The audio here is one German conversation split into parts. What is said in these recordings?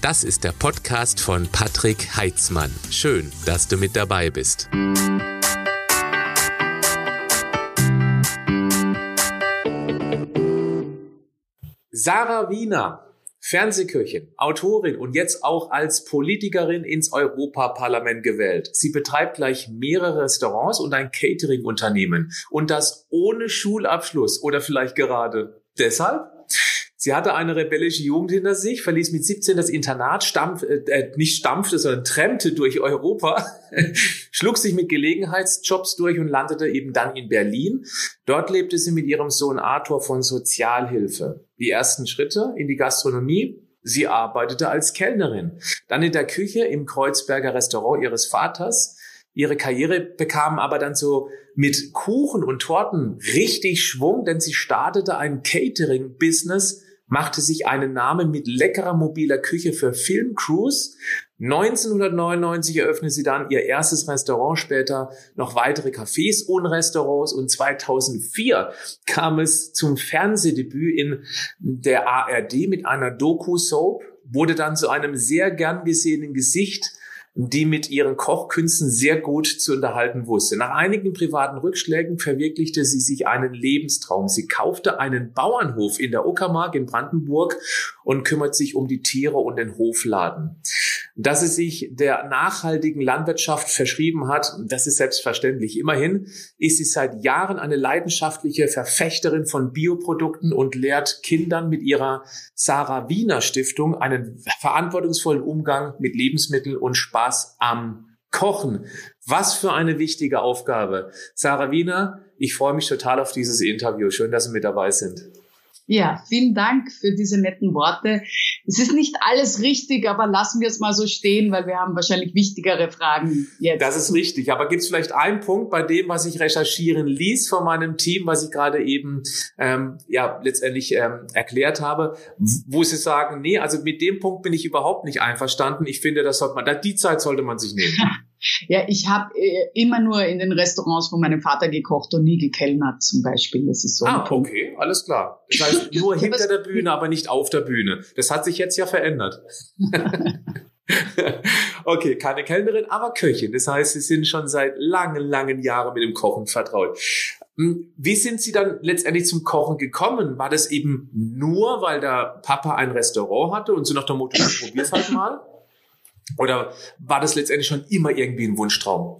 Das ist der Podcast von Patrick Heitzmann. Schön, dass du mit dabei bist. Sarah Wiener, Fernsehköchin, Autorin und jetzt auch als Politikerin ins Europaparlament gewählt. Sie betreibt gleich mehrere Restaurants und ein Catering-Unternehmen. Und das ohne Schulabschluss oder vielleicht gerade deshalb? Sie hatte eine rebellische Jugend hinter sich, verließ mit 17 das Internat, trennte durch Europa, schlug sich mit Gelegenheitsjobs durch und landete eben dann in Berlin. Dort lebte sie mit ihrem Sohn Arthur von Sozialhilfe. Die ersten Schritte in die Gastronomie. Sie arbeitete als Kellnerin, dann in der Küche im Kreuzberger Restaurant ihres Vaters. Ihre Karriere bekam aber dann so mit Kuchen und Torten richtig Schwung, denn sie startete ein Catering-Business, machte sich einen Namen mit leckerer mobiler Küche für Filmcrews. 1999 eröffnete sie dann ihr erstes Restaurant, später noch weitere Cafés und Restaurants und 2004 kam es zum Fernsehdebüt in der ARD mit einer Doku-Soap, wurde dann zu einem sehr gern gesehenen Gesicht, die mit ihren Kochkünsten sehr gut zu unterhalten wusste. Nach einigen privaten Rückschlägen verwirklichte sie sich einen Lebenstraum. Sie kaufte einen Bauernhof in der Uckermark in Brandenburg und kümmert sich um die Tiere und den Hofladen. Dass sie sich der nachhaltigen Landwirtschaft verschrieben hat, das ist selbstverständlich. Immerhin ist sie seit Jahren eine leidenschaftliche Verfechterin von Bioprodukten und lehrt Kindern mit ihrer Sarah Wiener Stiftung einen verantwortungsvollen Umgang mit Lebensmitteln und Spaß am Kochen. Was für eine wichtige Aufgabe. Sarah Wiener, ich freue mich total auf dieses Interview. Schön, dass Sie mit dabei sind. Ja, vielen Dank für diese netten Worte. Es ist nicht alles richtig, aber lassen wir es mal so stehen, weil wir haben wahrscheinlich wichtigere Fragen jetzt. Das ist richtig. Aber gibt es vielleicht einen Punkt bei dem, was ich recherchieren ließ von meinem Team, was ich gerade eben letztendlich erklärt habe, wo Sie sagen, nee, also mit dem Punkt bin ich überhaupt nicht einverstanden. Ich finde, die Zeit sollte man sich nehmen. Ja, ich habe immer nur in den Restaurants von meinem Vater gekocht und nie gekellnert zum Beispiel. Das ist so ein Punkt. Okay, alles klar. Das heißt, nur hinter der Bühne, aber nicht auf der Bühne. Das hat sich jetzt ja verändert. Okay, keine Kellnerin, aber Köchin. Das heißt, Sie sind schon seit langen Jahren mit dem Kochen vertraut. Wie sind Sie dann letztendlich zum Kochen gekommen? War das eben nur, weil der Papa ein Restaurant hatte und so nach dem Motto, probier's halt mal? Oder war das letztendlich schon immer irgendwie ein Wunschtraum?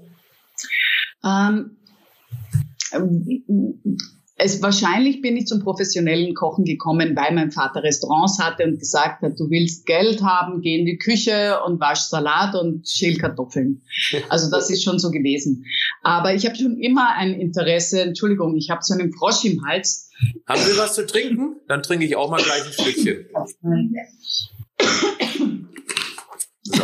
Wahrscheinlich bin ich zum professionellen Kochen gekommen, weil mein Vater Restaurants hatte und gesagt hat, du willst Geld haben, geh in die Küche und wasch Salat und schäl Kartoffeln. Also das ist schon so gewesen. Aber ich habe schon immer ein Interesse, Entschuldigung, ich habe so einen Frosch im Hals. Haben Sie was zu trinken? Dann trinke ich auch mal gleich ein Schlückchen. So.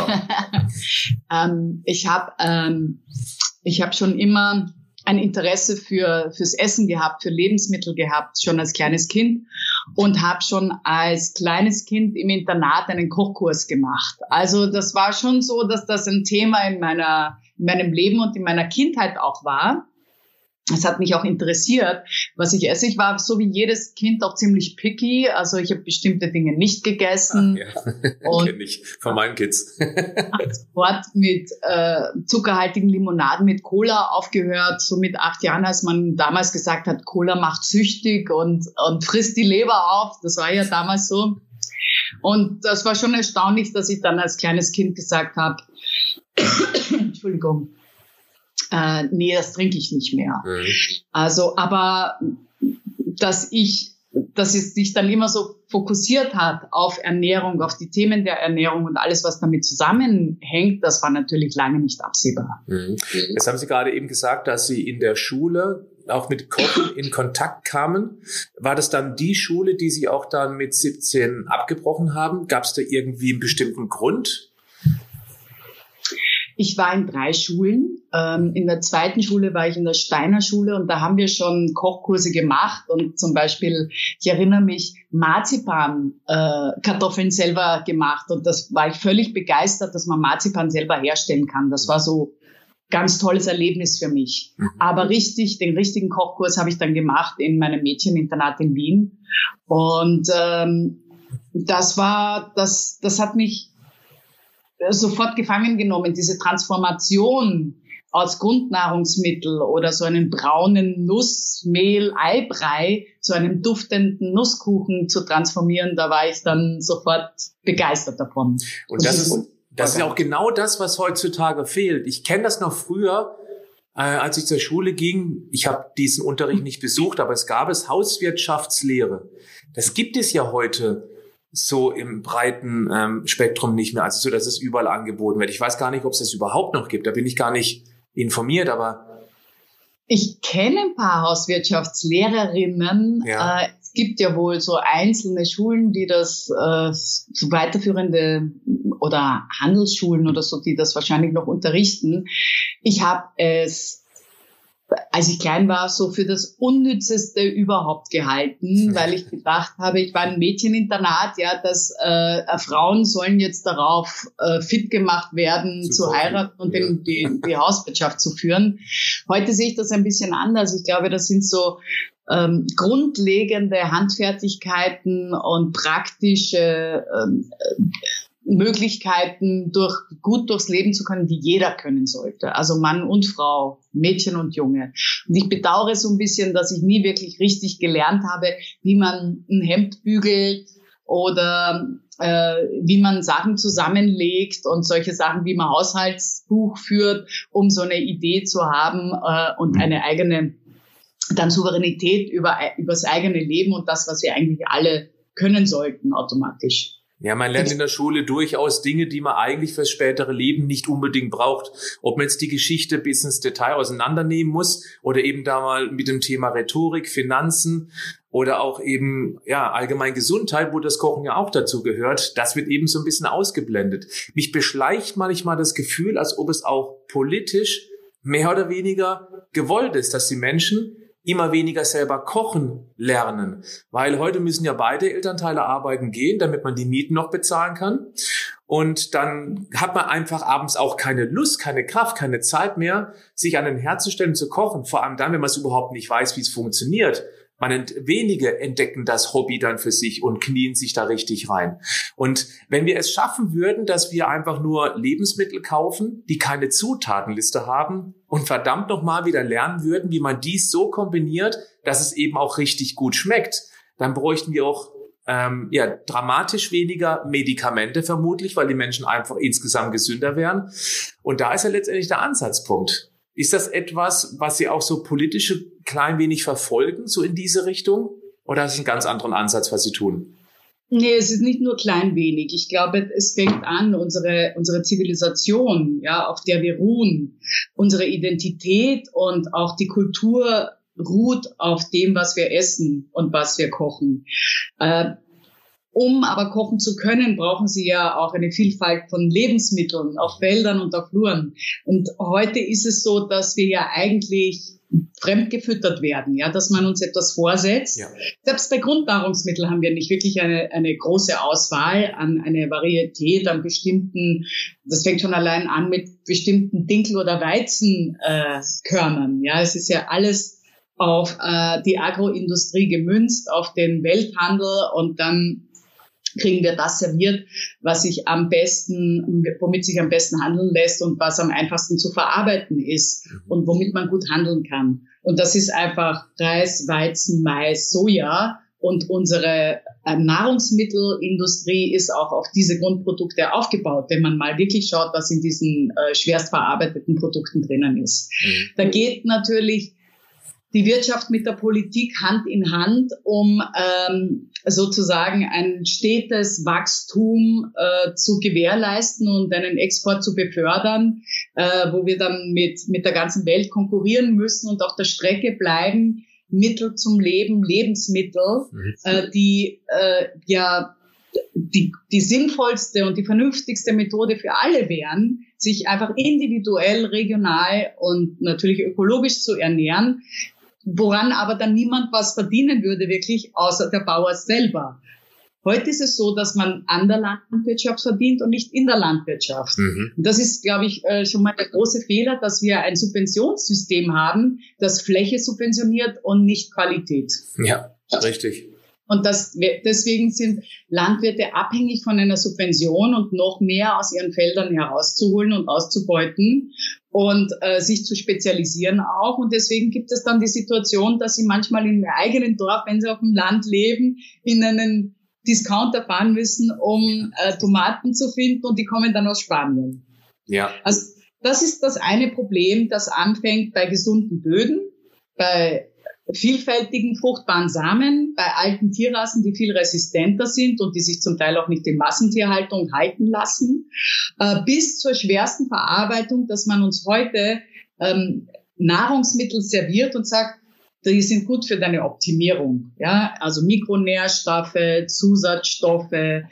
Ich hab schon immer ein Interesse fürs Essen gehabt, für Lebensmittel gehabt, schon als kleines Kind und habe schon als kleines Kind im Internat einen Kochkurs gemacht. Also das war schon so, dass das ein Thema in meinem Leben und in meiner Kindheit auch war. Es hat mich auch interessiert, was ich esse. Ich war so wie jedes Kind auch ziemlich picky. Also ich habe bestimmte Dinge nicht gegessen. Ach, ja. Und kenn ich von meinen Kids. Sofort mit zuckerhaltigen Limonaden mit Cola aufgehört. So mit 8 Jahren, als man damals gesagt hat, Cola macht süchtig und frisst die Leber auf. Das war ja damals so. Und das war schon erstaunlich, dass ich dann als kleines Kind gesagt habe, Entschuldigung, nee, das trinke ich nicht mehr. Mhm. Also, aber dass es sich dann immer so fokussiert hat auf Ernährung, auf die Themen der Ernährung und alles, was damit zusammenhängt, das war natürlich lange nicht absehbar. Mhm. Jetzt haben Sie gerade eben gesagt, dass Sie in der Schule auch mit Kochen in Kontakt kamen. War das dann die Schule, die Sie auch dann mit 17 abgebrochen haben? Gab es da irgendwie einen bestimmten Grund? Ich war in 3 Schulen. In der 2. Schule war ich in der Steiner Schule und da haben wir schon Kochkurse gemacht und zum Beispiel, ich erinnere mich, Marzipan-Kartoffeln selber gemacht und das war ich völlig begeistert, dass man Marzipan selber herstellen kann. Das war so ganz tolles Erlebnis für mich. Aber den richtigen Kochkurs habe ich dann gemacht in meinem Mädcheninternat in Wien und das hat mich sofort gefangen genommen. Diese Transformation aus Grundnahrungsmittel oder so einen braunen Nussmehl-Eibrei zu einem duftenden Nusskuchen zu transformieren, da war ich dann sofort begeistert davon. Und das ist auch genau das, was heutzutage fehlt. Ich kenne das noch früher, als ich zur Schule ging. Ich habe diesen Unterricht nicht besucht, aber es gab Hauswirtschaftslehre. Das gibt es ja heute so im breiten Spektrum nicht mehr, also so, dass es überall angeboten wird. Ich weiß gar nicht, ob es das überhaupt noch gibt. Da bin ich gar nicht informiert, aber ich kenne ein paar Hauswirtschaftslehrerinnen. Ja. Es gibt ja wohl so einzelne Schulen, die das, so weiterführende oder Handelsschulen oder so, die das wahrscheinlich noch unterrichten. Ich habe es, als ich klein war, so für das Unnützeste überhaupt gehalten, weil ich gedacht habe, ich war ein Mädcheninternat, ja, dass Frauen sollen jetzt darauf fit gemacht werden, zu heiraten und die Hauswirtschaft zu führen. Heute sehe ich das ein bisschen anders. Ich glaube, das sind so grundlegende Handfertigkeiten und praktische Möglichkeiten, gut durchs Leben zu können, die jeder können sollte. Also Mann und Frau, Mädchen und Junge. Und ich bedauere so ein bisschen, dass ich nie wirklich richtig gelernt habe, wie man ein Hemd bügelt oder wie man Sachen zusammenlegt und solche Sachen, wie man Haushaltsbuch führt, um so eine Idee zu haben und eine eigene dann Souveränität über das eigene Leben und das, was wir eigentlich alle können sollten, automatisch. Ja, man lernt in der Schule durchaus Dinge, die man eigentlich fürs spätere Leben nicht unbedingt braucht. Ob man jetzt die Geschichte bis ins Detail auseinandernehmen muss oder eben da mal mit dem Thema Rhetorik, Finanzen oder auch eben allgemein Gesundheit, wo das Kochen ja auch dazu gehört, das wird eben so ein bisschen ausgeblendet. Mich beschleicht manchmal das Gefühl, als ob es auch politisch mehr oder weniger gewollt ist, dass die Menschen immer weniger selber kochen lernen, weil heute müssen ja beide Elternteile arbeiten gehen, damit man die Mieten noch bezahlen kann. Und dann hat man einfach abends auch keine Lust, keine Kraft, keine Zeit mehr, sich an den Herd zu stellen, zu kochen. Vor allem dann, wenn man es überhaupt nicht weiß, wie es funktioniert. Wenige entdecken das Hobby dann für sich und knien sich da richtig rein. Und wenn wir es schaffen würden, dass wir einfach nur Lebensmittel kaufen, die keine Zutatenliste haben und verdammt nochmal wieder lernen würden, wie man dies so kombiniert, dass es eben auch richtig gut schmeckt, dann bräuchten wir auch dramatisch weniger Medikamente vermutlich, weil die Menschen einfach insgesamt gesünder wären. Und da ist ja letztendlich der Ansatzpunkt. Ist das etwas, was Sie auch so politisch klein wenig verfolgen, so in diese Richtung? Oder ist es ein ganz anderen Ansatz, was Sie tun? Nee, es ist nicht nur klein wenig. Ich glaube, es fängt an, unsere Zivilisation, ja, auf der wir ruhen, unsere Identität und auch die Kultur ruht auf dem, was wir essen und was wir kochen. Um aber kochen zu können, brauchen Sie ja auch eine Vielfalt von Lebensmitteln auf Feldern und auf Fluren. Und heute ist es so, dass wir ja eigentlich fremdgefüttert werden, ja, dass man uns etwas vorsetzt. Ja. Selbst bei Grundnahrungsmitteln haben wir nicht wirklich eine große Auswahl an eine Varietät an bestimmten, das fängt schon allein an mit bestimmten Dinkel- oder Weizenkörnern. Ja, es ist ja alles auf die Agroindustrie gemünzt, auf den Welthandel und dann kriegen wir das serviert, womit sich am besten handeln lässt und was am einfachsten zu verarbeiten ist und womit man gut handeln kann. Und das ist einfach Reis, Weizen, Mais, Soja. Und unsere Nahrungsmittelindustrie ist auch auf diese Grundprodukte aufgebaut, wenn man mal wirklich schaut, was in diesen schwerst verarbeiteten Produkten drinnen ist. Da geht natürlich die Wirtschaft mit der Politik Hand in Hand, um sozusagen ein stetes Wachstum zu gewährleisten und einen Export zu befördern, wo wir dann mit der ganzen Welt konkurrieren müssen und auf der Strecke bleiben, Mittel zum Leben, Lebensmittel, die sinnvollste und die vernünftigste Methode für alle wären, sich einfach individuell, regional und natürlich ökologisch zu ernähren, woran aber dann niemand was verdienen würde, wirklich, außer der Bauer selber. Heute ist es so, dass man an der Landwirtschaft verdient und nicht in der Landwirtschaft. Und das ist, glaube ich, schon mal der große Fehler, dass wir ein Subventionssystem haben, das Fläche subventioniert und nicht Qualität. Ja, richtig. Und deswegen sind Landwirte abhängig von einer Subvention und noch mehr aus ihren Feldern herauszuholen und auszubeuten und sich zu spezialisieren auch. Und deswegen gibt es dann die Situation, dass sie manchmal im eigenen Dorf, wenn sie auf dem Land leben, in einen Discounter fahren müssen, um Tomaten zu finden, und die kommen dann aus Spanien. Ja. Also das ist das eine Problem, das anfängt bei gesunden Böden, bei vielfältigen fruchtbaren Samen, bei alten Tierrassen, die viel resistenter sind und die sich zum Teil auch nicht in Massentierhaltung halten lassen, bis zur schwersten Verarbeitung, dass man uns heute Nahrungsmittel serviert und sagt, die sind gut für deine Optimierung, ja, also Mikronährstoffe, Zusatzstoffe,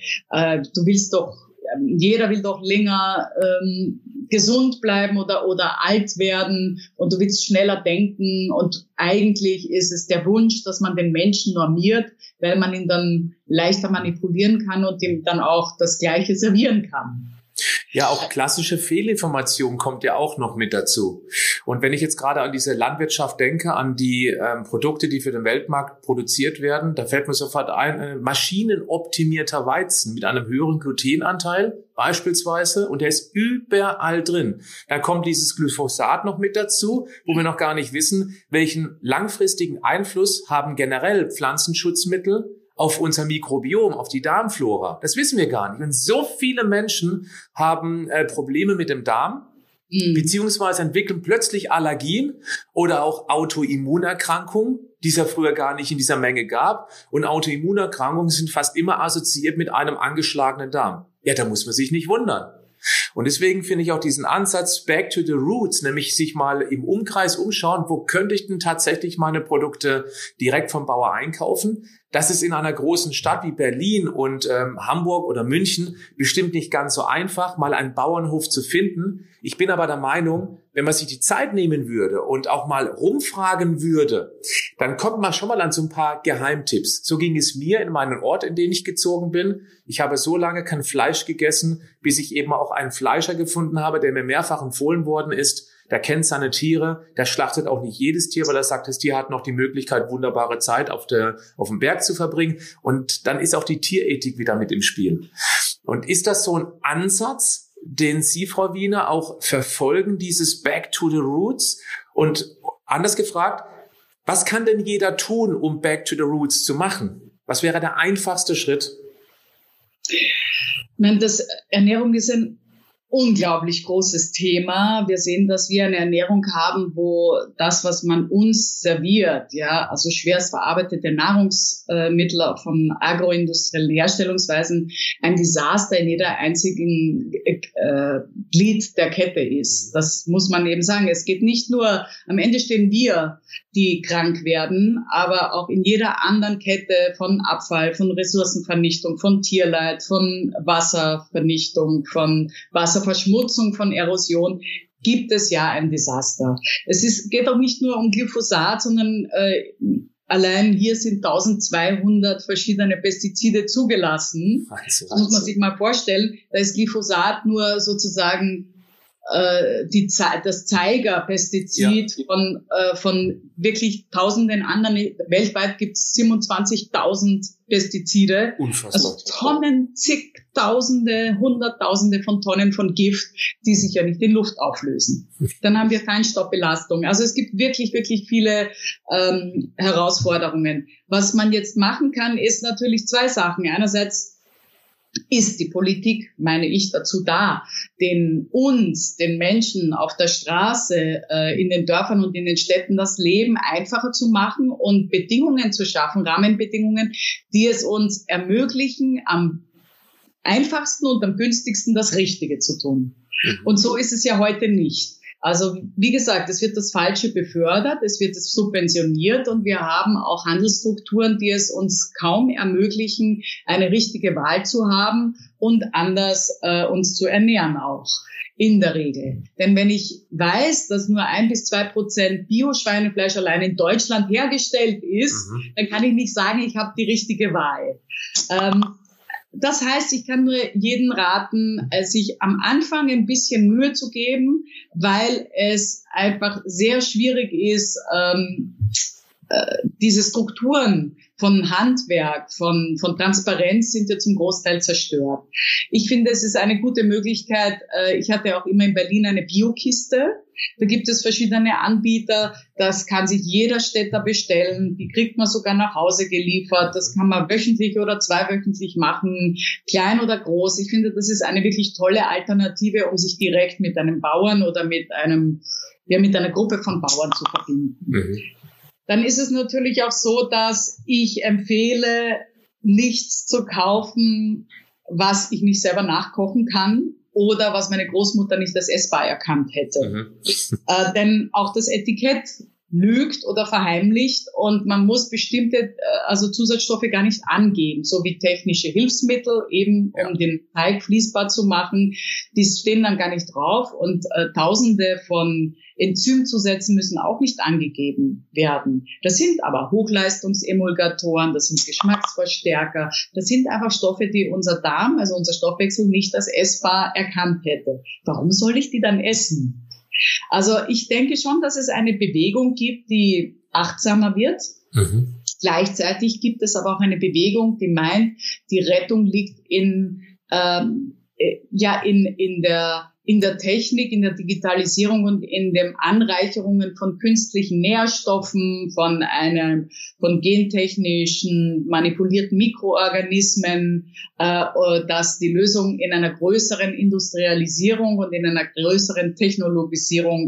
jeder will doch länger gesund bleiben oder alt werden, und du willst schneller denken, und eigentlich ist es der Wunsch, dass man den Menschen normiert, weil man ihn dann leichter manipulieren kann und ihm dann auch das Gleiche servieren kann. Ja, auch klassische Fehlinformation kommt ja auch noch mit dazu. Und wenn ich jetzt gerade an diese Landwirtschaft denke, an die Produkte, die für den Weltmarkt produziert werden, da fällt mir sofort ein, maschinenoptimierter Weizen mit einem höheren Glutenanteil beispielsweise, und der ist überall drin. Dann kommt dieses Glyphosat noch mit dazu, wo wir noch gar nicht wissen, welchen langfristigen Einfluss haben generell Pflanzenschutzmittel auf unser Mikrobiom, auf die Darmflora. Das wissen wir gar nicht. Und so viele Menschen haben Probleme mit dem Darm, beziehungsweise entwickeln plötzlich Allergien oder auch Autoimmunerkrankungen, die es ja früher gar nicht in dieser Menge gab. Und Autoimmunerkrankungen sind fast immer assoziiert mit einem angeschlagenen Darm. Ja, da muss man sich nicht wundern. Und deswegen finde ich auch diesen Ansatz Back to the Roots, nämlich sich mal im Umkreis umschauen, wo könnte ich denn tatsächlich meine Produkte direkt vom Bauer einkaufen. Das ist in einer großen Stadt wie Berlin und Hamburg oder München bestimmt nicht ganz so einfach, mal einen Bauernhof zu finden. Ich bin aber der Meinung, wenn man sich die Zeit nehmen würde und auch mal rumfragen würde, dann kommt man schon mal an so ein paar Geheimtipps. So ging es mir in meinem Ort, in den ich gezogen bin. Ich habe so lange kein Fleisch gegessen, bis ich eben auch einen Fleischer gefunden habe, der mir mehrfach empfohlen worden ist. Der kennt seine Tiere, der schlachtet auch nicht jedes Tier, weil er sagt, das Tier hat noch die Möglichkeit, wunderbare Zeit auf dem Berg zu verbringen. Und dann ist auch die Tierethik wieder mit im Spiel. Und ist das so ein Ansatz, den Sie, Frau Wiener, auch verfolgen, dieses Back to the Roots? Und anders gefragt, was kann denn jeder tun, um Back to the Roots zu machen? Was wäre der einfachste Schritt? Ernährung ist ein unglaublich großes Thema. Wir sehen, dass wir eine Ernährung haben, wo das, was man uns serviert, ja, also schwerst verarbeitete Nahrungsmittel von agroindustriellen Herstellungsweisen, ein Desaster in jeder einzigen Glied der Kette ist. Das muss man eben sagen. Es geht nicht nur, am Ende stehen wir, die krank werden, aber auch in jeder anderen Kette von Abfall, von Ressourcenvernichtung, von Tierleid, von Wasservernichtung, von Wasserverschmutzung, von Erosion, gibt es ja ein Desaster. Geht auch nicht nur um Glyphosat, sondern allein hier sind 1200 verschiedene Pestizide zugelassen. Das muss man sich mal vorstellen. Da ist Glyphosat nur sozusagen das Zeigerpestizid von wirklich tausenden anderen. Weltweit gibt es 27.000 Pestizide. Unfassbar. Also Tonnen, zigtausende, hunderttausende von Tonnen von Gift, die sich ja nicht in Luft auflösen. Dann haben wir Feinstaubbelastung. Also es gibt wirklich, wirklich viele Herausforderungen. Was man jetzt machen kann, ist natürlich zwei Sachen. Einerseits ist die Politik, meine ich, dazu da, den Menschen auf der Straße, in den Dörfern und in den Städten das Leben einfacher zu machen und Bedingungen zu schaffen, Rahmenbedingungen, die es uns ermöglichen, am einfachsten und am günstigsten das Richtige zu tun. Und so ist es ja heute nicht. Also wie gesagt, es wird das Falsche befördert, es wird es subventioniert, und wir haben auch Handelsstrukturen, die es uns kaum ermöglichen, eine richtige Wahl zu haben und anders uns zu ernähren auch. In der Regel. Denn wenn ich weiß, dass nur 1-2% Bio-Schweinefleisch allein in Deutschland hergestellt ist, dann kann ich nicht sagen, ich habe die richtige Wahl. Das heißt, ich kann nur jedem raten, sich am Anfang ein bisschen Mühe zu geben, weil es einfach sehr schwierig ist, diese Strukturen von Handwerk, von Transparenz sind ja zum Großteil zerstört. Ich finde, es ist eine gute Möglichkeit. Ich hatte auch immer in Berlin eine Biokiste. Da gibt es verschiedene Anbieter. Das kann sich jeder Städter bestellen. Die kriegt man sogar nach Hause geliefert. Das kann man wöchentlich oder zweiwöchentlich machen, klein oder groß. Ich finde, das ist eine wirklich tolle Alternative, um sich direkt mit einem Bauern oder mit einer Gruppe von Bauern zu verbinden. Mhm. Dann ist es natürlich auch so, dass ich empfehle, nichts zu kaufen, was ich nicht selber nachkochen kann oder was meine Großmutter nicht als essbar erkannt hätte. Mhm. Denn auch das Etikett lügt oder verheimlicht und man muss bestimmte Zusatzstoffe gar nicht angeben, so wie technische Hilfsmittel, eben um den Teig fließbar zu machen. Die stehen dann gar nicht drauf und Tausende von Enzymzusätzen müssen auch nicht angegeben werden. Das sind aber Hochleistungsemulgatoren, das sind Geschmacksverstärker, das sind einfach Stoffe, die unser Darm, also unser Stoffwechsel, nicht als essbar erkannt hätte. Warum soll ich die dann essen? Also ich denke schon, dass es eine Bewegung gibt, die achtsamer wird. Mhm. Gleichzeitig gibt es aber auch eine Bewegung, die meint, die Rettung liegt in der Technik, in der Digitalisierung und in den Anreicherungen von künstlichen Nährstoffen, von gentechnischen manipulierten Mikroorganismen, dass die Lösung in einer größeren Industrialisierung und in einer größeren Technologisierung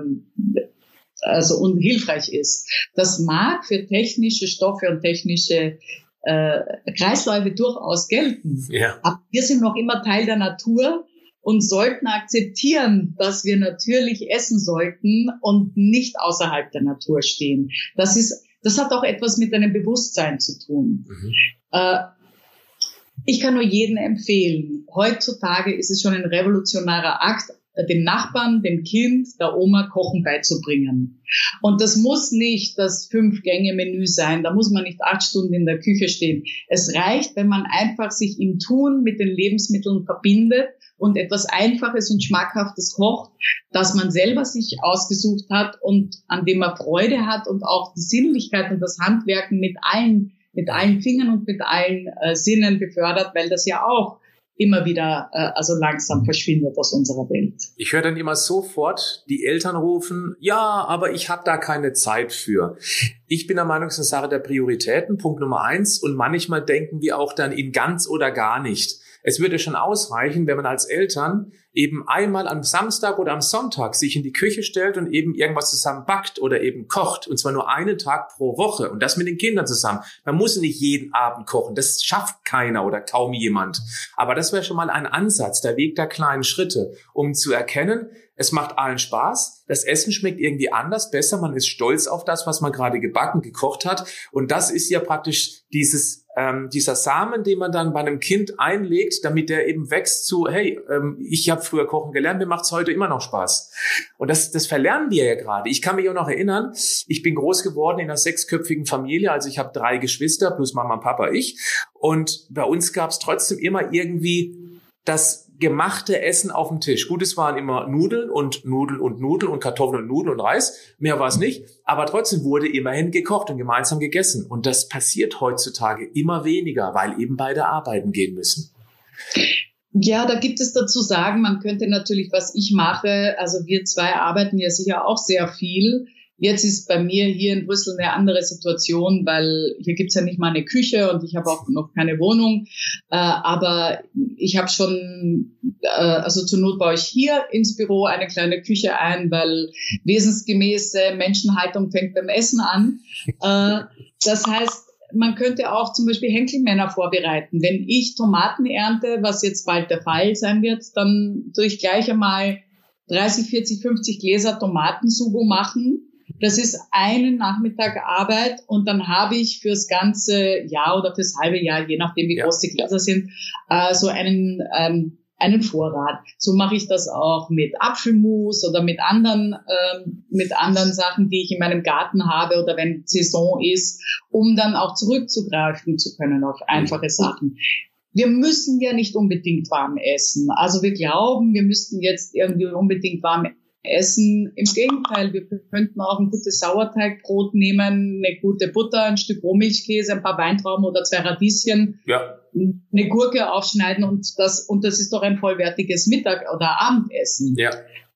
hilfreich ist. Das mag für technische Stoffe und technische Kreisläufe durchaus gelten. Ja. Aber wir sind noch immer Teil der Natur und sollten akzeptieren, dass wir natürlich essen sollten und nicht außerhalb der Natur stehen. Das hat auch etwas mit einem Bewusstsein zu tun. Mhm. Ich kann nur jedem empfehlen, heutzutage ist es schon ein revolutionärer Akt, dem Nachbarn, dem Kind, der Oma Kochen beizubringen. Und das muss nicht das 5-Gänge-Menü sein, da muss man nicht 8 Stunden in der Küche stehen. Es reicht, wenn man einfach sich im Tun mit den Lebensmitteln verbindet und etwas Einfaches und Schmackhaftes kocht, das man selber sich ausgesucht hat und an dem man Freude hat und auch die Sinnlichkeit und das Handwerken mit allen Fingern und mit allen Sinnen befördert, weil das ja auch immer wieder langsam verschwindet aus unserer Welt. Ich höre dann immer sofort die Eltern rufen, ja, aber ich habe da keine Zeit für. Ich bin der Meinung, es ist eine Sache der Prioritäten, Punkt Nummer 1. Und manchmal denken wir auch dann in ganz oder gar nicht. Es würde schon ausreichen, wenn man als Eltern eben einmal am Samstag oder am Sonntag sich in die Küche stellt und eben irgendwas zusammen backt oder eben kocht. Und zwar nur einen Tag pro Woche. Und das mit den Kindern zusammen. Man muss nicht jeden Abend kochen. Das schafft keiner oder kaum jemand. Aber das wäre schon mal ein Ansatz, der Weg der kleinen Schritte, um zu erkennen, es macht allen Spaß. Das Essen schmeckt irgendwie anders, besser. Man ist stolz auf das, was man gerade gebacken, gekocht hat. Und das ist ja praktisch dieser Samen, den man dann bei einem Kind einlegt, damit der eben wächst zu, hey, ich habe früher kochen gelernt, mir macht's heute immer noch Spaß. Und das verlernen wir ja gerade. Ich kann mich auch noch erinnern, ich bin groß geworden in einer 6-köpfigen Familie, also ich habe 3 Geschwister plus Mama, Papa, ich. Und bei uns gab's trotzdem immer irgendwie das gemachte Essen auf dem Tisch. Gut, es waren immer Nudeln und Kartoffeln und Nudeln und Reis. Mehr war es nicht. Aber trotzdem wurde immerhin gekocht und gemeinsam gegessen. Und das passiert heutzutage immer weniger, weil eben beide arbeiten gehen müssen. Ja, da gibt es dazu sagen, man könnte natürlich, was ich mache, also wir 2 arbeiten ja sicher auch sehr viel. Jetzt ist bei mir hier in Brüssel eine andere Situation, weil hier gibt's ja nicht mal eine Küche und ich habe auch noch keine Wohnung. Aber ich habe schon, zur Not baue ich hier ins Büro eine kleine Küche ein, weil wesensgemäße Menschenhaltung fängt beim Essen an. Das heißt, man könnte auch zum Beispiel Henkelmänner vorbereiten. Wenn ich Tomaten ernte, was jetzt bald der Fall sein wird, dann tue ich gleich einmal 30, 40, 50 Gläser Tomatensugo machen. Das ist einen Nachmittag Arbeit und dann habe ich fürs ganze Jahr oder fürs halbe Jahr, je nachdem wie groß die Gläser sind, so einen Vorrat. So mache ich das auch mit Apfelmus oder mit anderen Sachen, die ich in meinem Garten habe oder wenn Saison ist, um dann auch zurückzugreifen zu können auf einfache Sachen. Wir müssen ja nicht unbedingt warm essen. Also wir glauben, wir müssten jetzt irgendwie unbedingt warm Essen. Im Gegenteil, wir könnten auch ein gutes Sauerteigbrot nehmen, eine gute Butter, ein Stück Rohmilchkäse, ein paar Weintrauben oder 2 Radieschen, eine Gurke aufschneiden und das ist doch ein vollwertiges Mittag- oder Abendessen. Ja.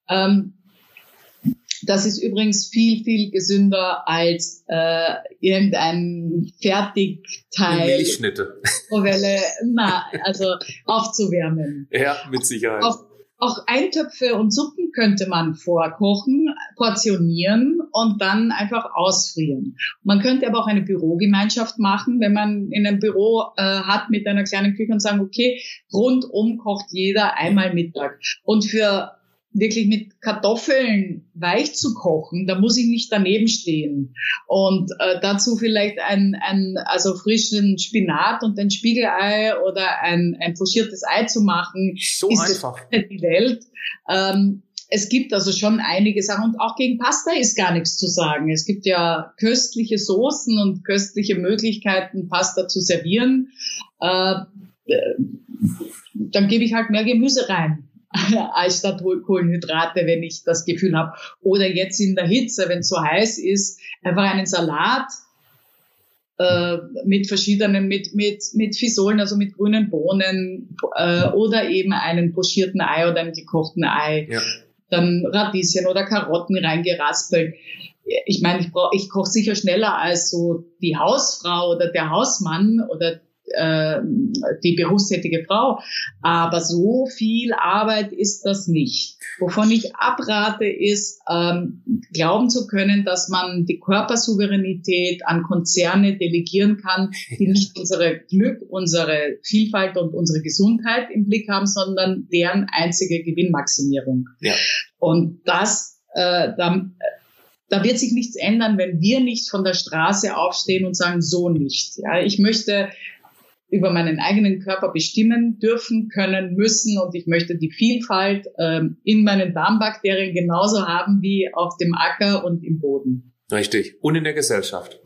Das ist übrigens viel, viel gesünder als irgendein Fertigteil. Milchschnitte. Also aufzuwärmen. Ja, mit Sicherheit. Auch Eintöpfe und Suppen könnte man vorkochen, portionieren und dann einfach ausfrieren. Man könnte aber auch eine Bürogemeinschaft machen, wenn man in einem Büro hat mit einer kleinen Küche und sagen, okay, rundum kocht jeder einmal Mittag. Und für wirklich mit Kartoffeln weich zu kochen, da muss ich nicht daneben stehen. Und dazu vielleicht also frischen Spinat und ein Spiegelei oder ein pochiertes Ei zu machen. So ist einfach. Die Welt. Es gibt also schon einige Sachen und auch gegen Pasta ist gar nichts zu sagen. Es gibt ja köstliche Soßen und köstliche Möglichkeiten, Pasta zu servieren. Dann gebe ich halt mehr Gemüse rein als statt Kohlenhydrate, wenn ich das Gefühl habe. Oder jetzt in der Hitze, wenn es so heiß ist, einfach einen Salat mit verschiedenen, mit Fisolen, also mit grünen Bohnen oder eben einen pochierten Ei oder einen gekochten Ei. Ja. Dann Radieschen oder Karotten reingeraspelt. Ich meine, ich koche sicher schneller als so die Hausfrau oder der Hausmann oder die berufstätige Frau. Aber so viel Arbeit ist das nicht. Wovon ich abrate, ist, glauben zu können, dass man die Körpersouveränität an Konzerne delegieren kann, die nicht unser Glück, unsere Vielfalt und unsere Gesundheit im Blick haben, sondern deren einzige Gewinnmaximierung. Ja. Und das, da wird sich nichts ändern, wenn wir nicht von der Straße aufstehen und sagen, so nicht. Ja, ich möchte über meinen eigenen Körper bestimmen dürfen, können, müssen und ich möchte die Vielfalt in meinen Darmbakterien genauso haben wie auf dem Acker und im Boden. Richtig. Und in der Gesellschaft.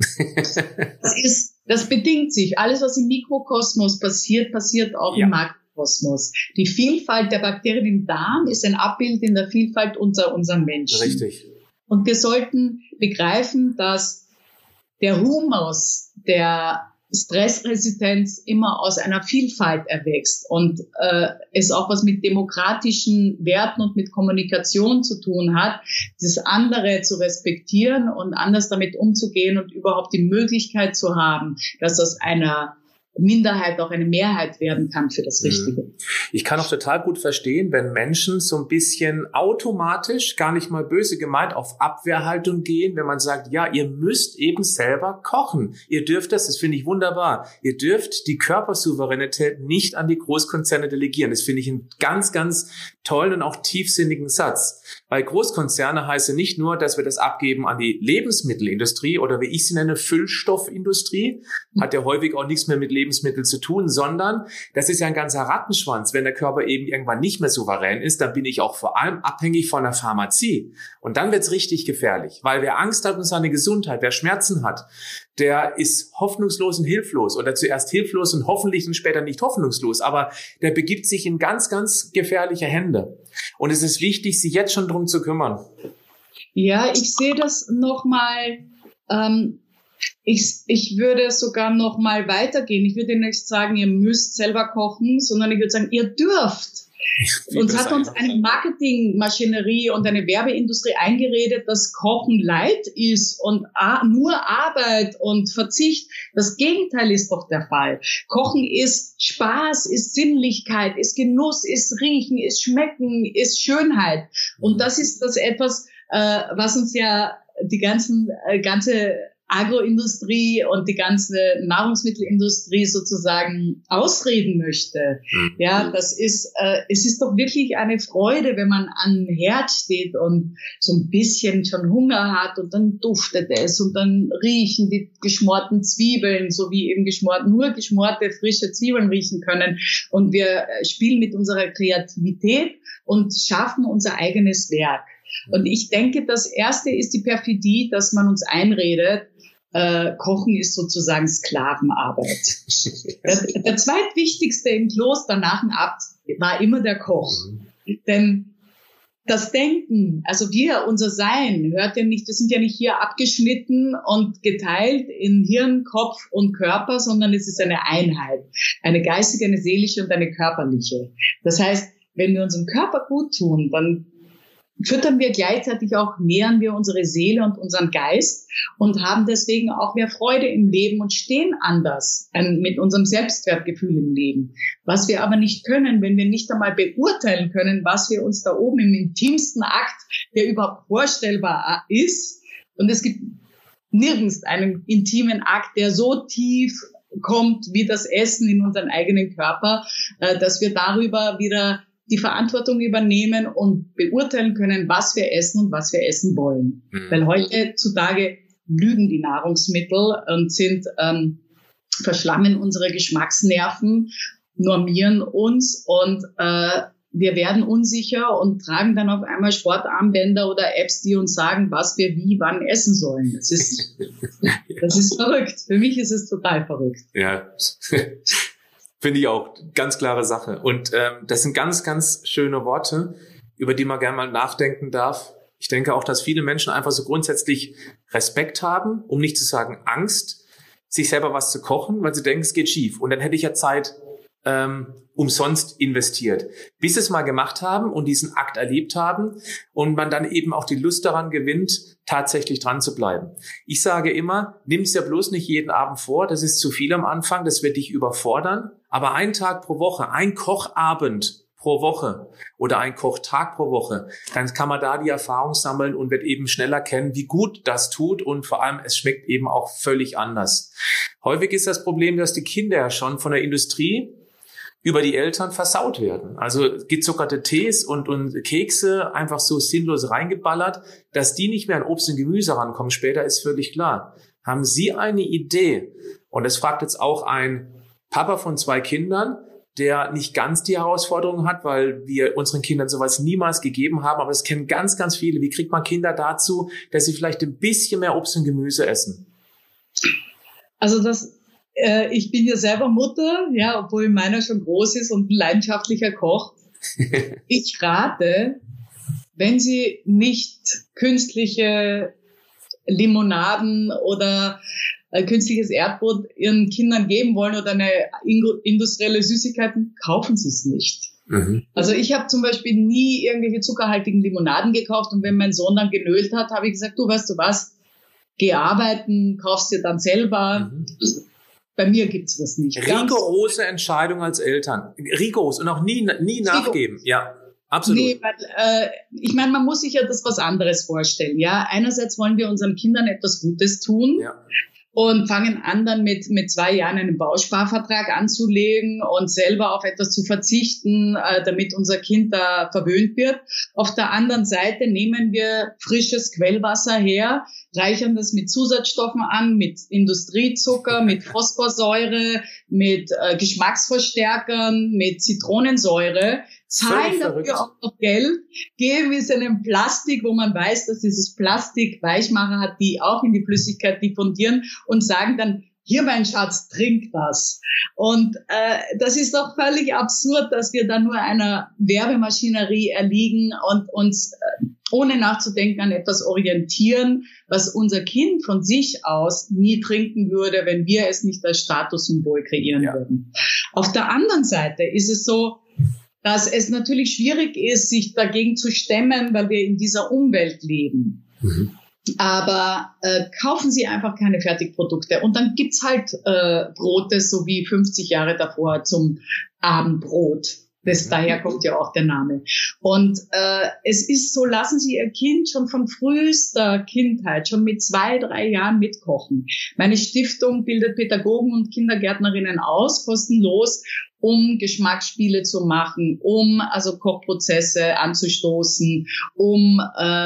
Das bedingt sich. Alles, was im Mikrokosmos passiert auch im Makrokosmos. Die Vielfalt der Bakterien im Darm ist ein Abbild in der Vielfalt unter unseren Menschen. Richtig. Und wir sollten begreifen, dass der Humus, der Stressresistenz immer aus einer Vielfalt erwächst und es auch was mit demokratischen Werten und mit Kommunikation zu tun hat, das andere zu respektieren und anders damit umzugehen und überhaupt die Möglichkeit zu haben, dass aus einer Minderheit auch eine Mehrheit werden kann für das Richtige. Ich kann auch total gut verstehen, wenn Menschen so ein bisschen automatisch, gar nicht mal böse gemeint, auf Abwehrhaltung gehen, wenn man sagt, ja, ihr müsst eben selber kochen. Ihr dürft das finde ich wunderbar. Ihr dürft die Körpersouveränität nicht an die Großkonzerne delegieren. Das finde ich einen ganz, ganz tollen und auch tiefsinnigen Satz. Weil Großkonzerne heißt nicht nur, dass wir das abgeben an die Lebensmittelindustrie oder wie ich sie nenne, Füllstoffindustrie. Hat ja häufig auch nichts mehr mit Lebensmitteln zu tun, sondern das ist ja ein ganzer Rattenschwanz. Wenn der Körper eben irgendwann nicht mehr souverän ist, dann bin ich auch vor allem abhängig von der Pharmazie. Und dann wird's richtig gefährlich, weil wer Angst hat um seine Gesundheit, wer Schmerzen hat, der ist hoffnungslos und hilflos oder zuerst hilflos und hoffentlich und später nicht hoffnungslos, aber der begibt sich in ganz, ganz gefährliche Hände. Und es ist wichtig, sich jetzt schon drum zu kümmern. Ja, ich sehe das nochmal, ich würde sogar noch mal weitergehen. Ich würde nicht sagen, ihr müsst selber kochen, sondern ich würde sagen, ihr dürft. Uns hat uns eine Marketingmaschinerie und eine Werbeindustrie eingeredet, dass Kochen Leid ist und nur Arbeit und Verzicht. Das Gegenteil ist doch der Fall. Kochen ist Spaß, ist Sinnlichkeit, ist Genuss, ist Riechen, ist Schmecken, ist Schönheit. Und das ist das etwas, was uns ja die ganze Agroindustrie und die ganze Nahrungsmittelindustrie sozusagen ausreden möchte. Ja, es ist doch wirklich eine Freude, wenn man an den Herd steht und so ein bisschen schon Hunger hat und dann duftet es und dann riechen die geschmorten Zwiebeln, so wie eben nur geschmorte, frische Zwiebeln riechen können. Und wir spielen mit unserer Kreativität und schaffen unser eigenes Werk. Und ich denke, das Erste ist die Perfidie, dass man uns einredet, Kochen ist sozusagen Sklavenarbeit. Der zweitwichtigste im Kloster nach dem Abt war immer der Koch. Denn das Denken, also unser Sein, hört ja nicht, wir sind ja nicht hier abgeschnitten und geteilt in Hirn, Kopf und Körper, sondern es ist eine Einheit. Eine geistige, eine seelische und eine körperliche. Das heißt, wenn wir unserem Körper gut tun, dann füttern wir gleichzeitig auch, nähren wir unsere Seele und unseren Geist und haben deswegen auch mehr Freude im Leben und stehen anders mit unserem Selbstwertgefühl im Leben. Was wir aber nicht können, wenn wir nicht einmal beurteilen können, was wir uns da oben im intimsten Akt, der überhaupt vorstellbar ist. Und es gibt nirgends einen intimen Akt, der so tief kommt wie das Essen in unseren eigenen Körper, dass wir darüber wieder die Verantwortung übernehmen und beurteilen können, was wir essen und was wir essen wollen. Weil heutzutage lügen die Nahrungsmittel und verschlammen unsere Geschmacksnerven, normieren uns und wir werden unsicher und tragen dann auf einmal Sportarmbänder oder Apps, die uns sagen, was wir wie wann essen sollen. Das ist verrückt. Für mich ist es total verrückt. Ja. Finde ich auch. Ganz klare Sache. Und das sind ganz, ganz schöne Worte, über die man gerne mal nachdenken darf. Ich denke auch, dass viele Menschen einfach so grundsätzlich Respekt haben, um nicht zu sagen Angst, sich selber was zu kochen, weil sie denken, es geht schief. Und dann hätte ich ja Zeit umsonst investiert. Bis sie es mal gemacht haben und diesen Akt erlebt haben und man dann eben auch die Lust daran gewinnt, tatsächlich dran zu bleiben. Ich sage immer, nimm es ja bloß nicht jeden Abend vor, das ist zu viel am Anfang, das wird dich überfordern, aber ein Tag pro Woche, ein Kochabend pro Woche oder ein Kochtag pro Woche, dann kann man da die Erfahrung sammeln und wird eben schnell erkennen, wie gut das tut und vor allem, es schmeckt eben auch völlig anders. Häufig ist das Problem, dass die Kinder ja schon von der Industrie über die Eltern versaut werden. Also gezuckerte Tees und Kekse einfach so sinnlos reingeballert, dass die nicht mehr an Obst und Gemüse rankommen. Später ist völlig klar. Haben Sie eine Idee? Und das fragt jetzt auch ein Papa von 2 Kindern, der nicht ganz die Herausforderung hat, weil wir unseren Kindern sowas niemals gegeben haben. Aber es kennen ganz, ganz viele. Wie kriegt man Kinder dazu, dass sie vielleicht ein bisschen mehr Obst und Gemüse essen? Also ich bin ja selber Mutter, ja, obwohl meiner schon groß ist und ein leidenschaftlicher Koch. Ich rate, wenn Sie nicht künstliche Limonaden oder künstliches Erdbrot Ihren Kindern geben wollen oder eine industrielle Süßigkeiten, kaufen Sie es nicht. Also ich habe zum Beispiel nie irgendwelche zuckerhaltigen Limonaden gekauft und wenn mein Sohn dann genölt hat, habe ich gesagt, du weißt du was, geh arbeiten, kaufst dir dann selber. Bei mir gibt's das nicht. Rigorose Entscheidung als Eltern. Rigoros und auch nie nachgeben. Ja, absolut. Nee, weil, ich meine, man muss sich ja das was anderes vorstellen. Ja, einerseits wollen wir unseren Kindern etwas Gutes tun. Ja. Und fangen an, dann mit 2 Jahren einen Bausparvertrag anzulegen und selber auf etwas zu verzichten, damit unser Kind da verwöhnt wird. Auf der anderen Seite nehmen wir frisches Quellwasser her, reichern das mit Zusatzstoffen an, mit Industriezucker, mit Phosphorsäure, mit Geschmacksverstärkern, mit Zitronensäure, zahlen dafür auch noch Geld, geben es einem Plastik, wo man weiß, dass dieses Plastik Weichmacher hat, die auch in die Flüssigkeit diffundieren und sagen dann, hier mein Schatz, trink das. Und das ist doch völlig absurd, dass wir da nur einer Werbemaschinerie erliegen und uns ohne nachzudenken an etwas orientieren, was unser Kind von sich aus nie trinken würde, wenn wir es nicht als Statussymbol kreieren würden. Auf der anderen Seite ist es so, dass es natürlich schwierig ist, sich dagegen zu stemmen, weil wir in dieser Umwelt leben. Aber kaufen Sie einfach keine Fertigprodukte. Und dann gibt's halt Brote, so wie 50 Jahre davor zum Abendbrot. Daher kommt ja auch der Name. Und es ist so, lassen Sie Ihr Kind schon von frühester Kindheit, schon mit 2, 3 Jahren mitkochen. Meine Stiftung bildet Pädagogen und Kindergärtnerinnen aus, kostenlos, um Geschmacksspiele zu machen, um also Kochprozesse anzustoßen, um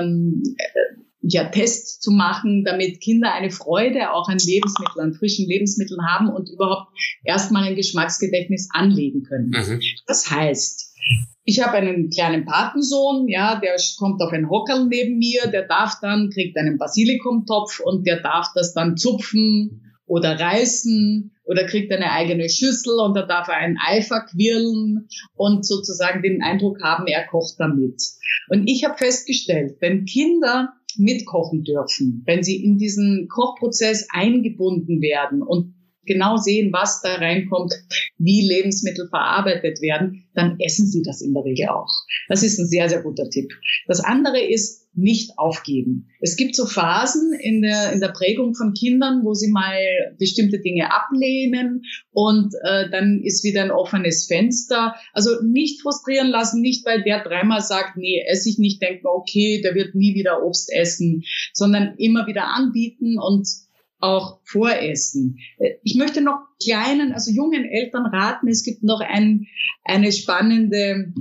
Tests zu machen, damit Kinder eine Freude auch an Lebensmitteln, an frischen Lebensmitteln haben und überhaupt erstmal ein Geschmacksgedächtnis anlegen können. Das heißt, ich habe einen kleinen Patensohn, ja, der kommt auf ein Hockerl neben mir, der kriegt einen Basilikumtopf und der darf das dann zupfen oder reißen oder kriegt eine eigene Schüssel und da darf er ein Ei verquirlen und sozusagen den Eindruck haben, er kocht damit. Und ich habe festgestellt, wenn Kinder mitkochen dürfen, wenn sie in diesen Kochprozess eingebunden werden und genau sehen, was da reinkommt, wie Lebensmittel verarbeitet werden, dann essen sie das in der Regel auch. Das ist ein sehr, sehr guter Tipp. Das andere ist, nicht aufgeben. Es gibt so Phasen in der Prägung von Kindern, wo sie mal bestimmte Dinge ablehnen und dann ist wieder ein offenes Fenster. Also nicht frustrieren lassen, nicht weil der dreimal sagt, nee, esse ich nicht, denken, okay, der wird nie wieder Obst essen, sondern immer wieder anbieten und auch voressen. Ich möchte noch jungen Eltern raten, es gibt noch eine spannende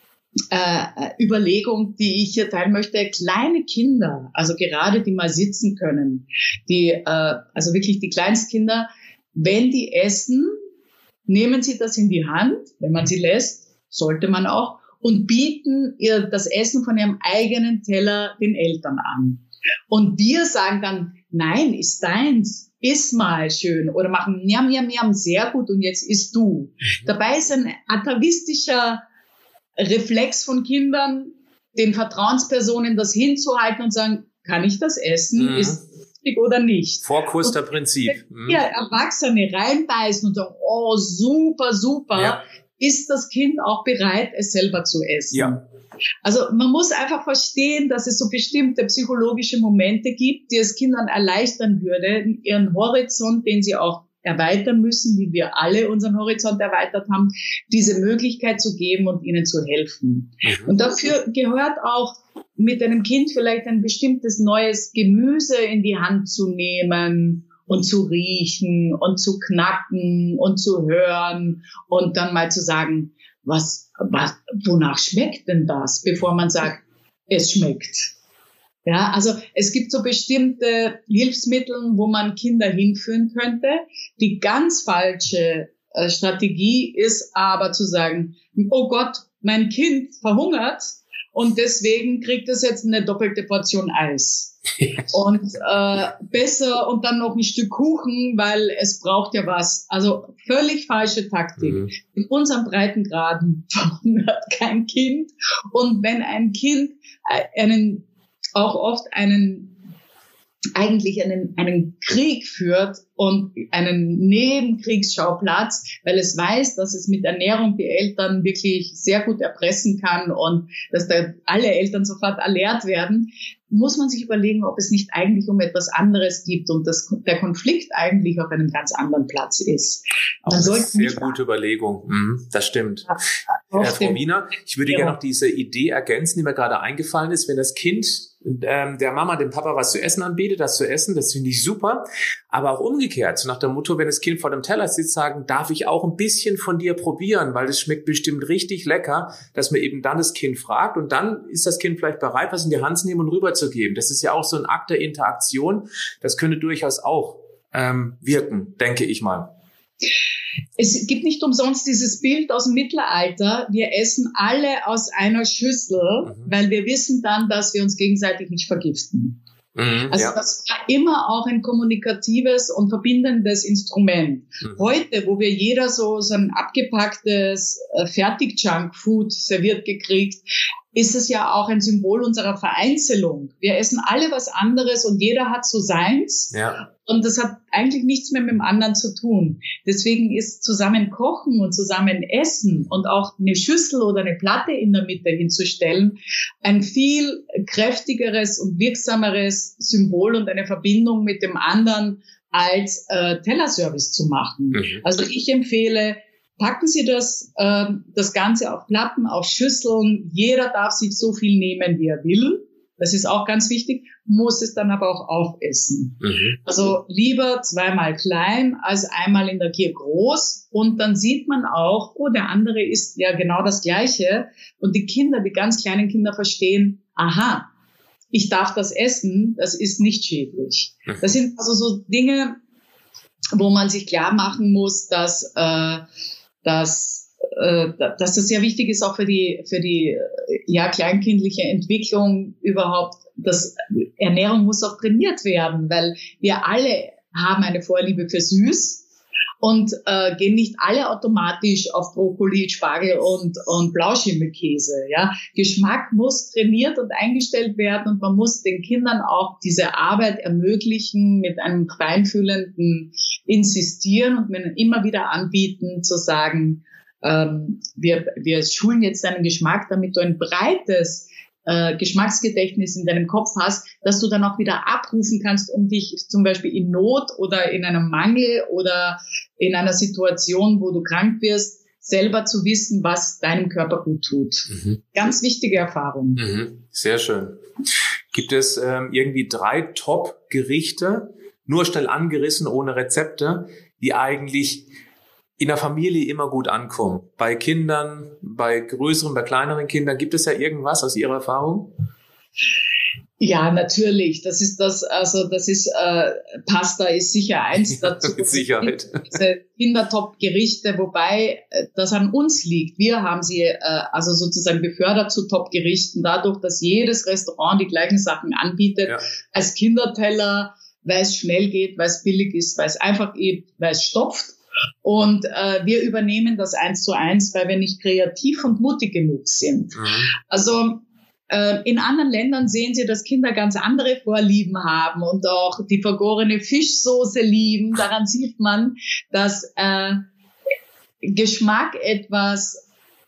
Überlegung, die ich hier teilen möchte. Kleine Kinder, also gerade die mal sitzen können, also wirklich die Kleinstkinder, wenn die essen, nehmen sie das in die Hand, wenn man sie lässt, sollte man auch, und bieten das Essen von ihrem eigenen Teller den Eltern an. Und wir sagen dann, nein, ist deins, iss mal schön, oder machen Njam, Njam, Njam, sehr gut und jetzt isst du. Dabei ist ein atavistischer Reflex von Kindern, den Vertrauenspersonen das hinzuhalten und sagen, kann ich das essen? Ist richtig oder nicht? Vorkusterprinzip. Wenn wir Erwachsene reinbeißen und sagen, oh, super, super, ja, ist das Kind auch bereit, es selber zu essen. Ja. Also man muss einfach verstehen, dass es so bestimmte psychologische Momente gibt, die es Kindern erleichtern würde, ihren Horizont, den sie auch erweitern müssen, wie wir alle unseren Horizont erweitert haben, diese Möglichkeit zu geben und ihnen zu helfen. Und dafür gehört auch, mit einem Kind vielleicht ein bestimmtes neues Gemüse in die Hand zu nehmen und zu riechen und zu knacken und zu hören und dann mal zu sagen, wonach schmeckt denn das, bevor man sagt, es schmeckt. Ja, also es gibt so bestimmte Hilfsmittel, wo man Kinder hinführen könnte. Die ganz falsche Strategie ist aber zu sagen, oh Gott, mein Kind verhungert und deswegen kriegt es jetzt eine doppelte Portion Eis. Und besser und dann noch ein Stück Kuchen, weil es braucht ja was. Also völlig falsche Taktik. In unseren Breitengraden verhungert kein Kind. Und wenn ein Kind auch oft einen Krieg führt und einen Nebenkriegsschauplatz, weil es weiß, dass es mit Ernährung die Eltern wirklich sehr gut erpressen kann und dass da alle Eltern sofort alert werden, muss man sich überlegen, ob es nicht eigentlich um etwas anderes geht und der Konflikt eigentlich auf einem ganz anderen Platz ist. Auch eine sehr gute Überlegung. Das stimmt. Frau Wiener, ich würde gerne noch diese Idee ergänzen, die mir gerade eingefallen ist, wenn das Kind der Mama, dem Papa was zu essen anbietet, das zu essen, das finde ich super. Aber auch umgekehrt, so nach dem Motto, wenn das Kind vor dem Teller sitzt, sagen, darf ich auch ein bisschen von dir probieren, weil das schmeckt bestimmt richtig lecker, dass man eben dann das Kind fragt und dann ist das Kind vielleicht bereit, was in die Hand zu nehmen und rüberzugeben. Das ist ja auch so ein Akt der Interaktion. Das könnte durchaus auch wirken, denke ich mal. Es gibt nicht umsonst dieses Bild aus dem Mittelalter, wir essen alle aus einer Schüssel, weil wir wissen dann, dass wir uns gegenseitig nicht vergiften. Das war immer auch ein kommunikatives und verbindendes Instrument. Heute, wo wir jeder so ein abgepacktes Fertig-Junk-Food serviert gekriegt, ist es ja auch ein Symbol unserer Vereinzelung. Wir essen alle was anderes und jeder hat so seins. Ja. Und das hat eigentlich nichts mehr mit dem anderen zu tun. Deswegen ist zusammen kochen und zusammen essen und auch eine Schüssel oder eine Platte in der Mitte hinzustellen ein viel kräftigeres und wirksameres Symbol und eine Verbindung mit dem anderen als Tellerservice zu machen. Also ich empfehle, packen Sie das Ganze auf Platten, auf Schüsseln. Jeder darf sich so viel nehmen, wie er will. Das ist auch ganz wichtig, muss es dann aber auch aufessen. Also lieber zweimal klein als einmal in der Gier groß. Und dann sieht man auch, oh, der andere isst ja genau das Gleiche. Und die Kinder, die ganz kleinen Kinder verstehen, aha, ich darf das essen, das ist nicht schädlich. Das sind also so Dinge, wo man sich klar machen muss, dass das sehr wichtig ist auch für die kleinkindliche Entwicklung überhaupt. Ernährung muss auch trainiert werden, weil wir alle haben eine Vorliebe für süß und gehen nicht alle automatisch auf Brokkoli, Spargel und Blauschimmelkäse. Ja, Geschmack muss trainiert und eingestellt werden, und man muss den Kindern auch diese Arbeit ermöglichen, mit einem feinfühlenden Insistieren und mir immer wieder anbieten, zu sagen, wir schulen jetzt deinen Geschmack, damit du ein breites Geschmacksgedächtnis in deinem Kopf hast, dass du dann auch wieder abrufen kannst, um dich zum Beispiel in Not oder in einem Mangel oder in einer Situation, wo du krank wirst, selber zu wissen, was deinem Körper gut tut. Mhm. Ganz wichtige Erfahrung. Mhm. Sehr schön. Gibt es irgendwie 3 Top-Gerichte, nur schnell angerissen, ohne Rezepte, die eigentlich in der Familie immer gut ankommen? Bei Kindern, bei größeren, bei kleineren Kindern, gibt es ja irgendwas aus Ihrer Erfahrung? Ja, natürlich. Pasta ist sicher eins dazu. Mit Sicherheit. Diese Kinder-Top-Gerichte, wobei das an uns liegt. Wir haben sie also sozusagen befördert zu Top-Gerichten, dadurch, dass jedes Restaurant die gleichen Sachen anbietet, als Kinderteller, weil es schnell geht, weil es billig ist, weil es einfach geht, weil es stopft. Und wir übernehmen das 1:1, weil wir nicht kreativ und mutig genug sind. Mhm. Also in anderen Ländern sehen Sie, dass Kinder ganz andere Vorlieben haben und auch die vergorene Fischsoße lieben. Daran sieht man, dass Geschmack etwas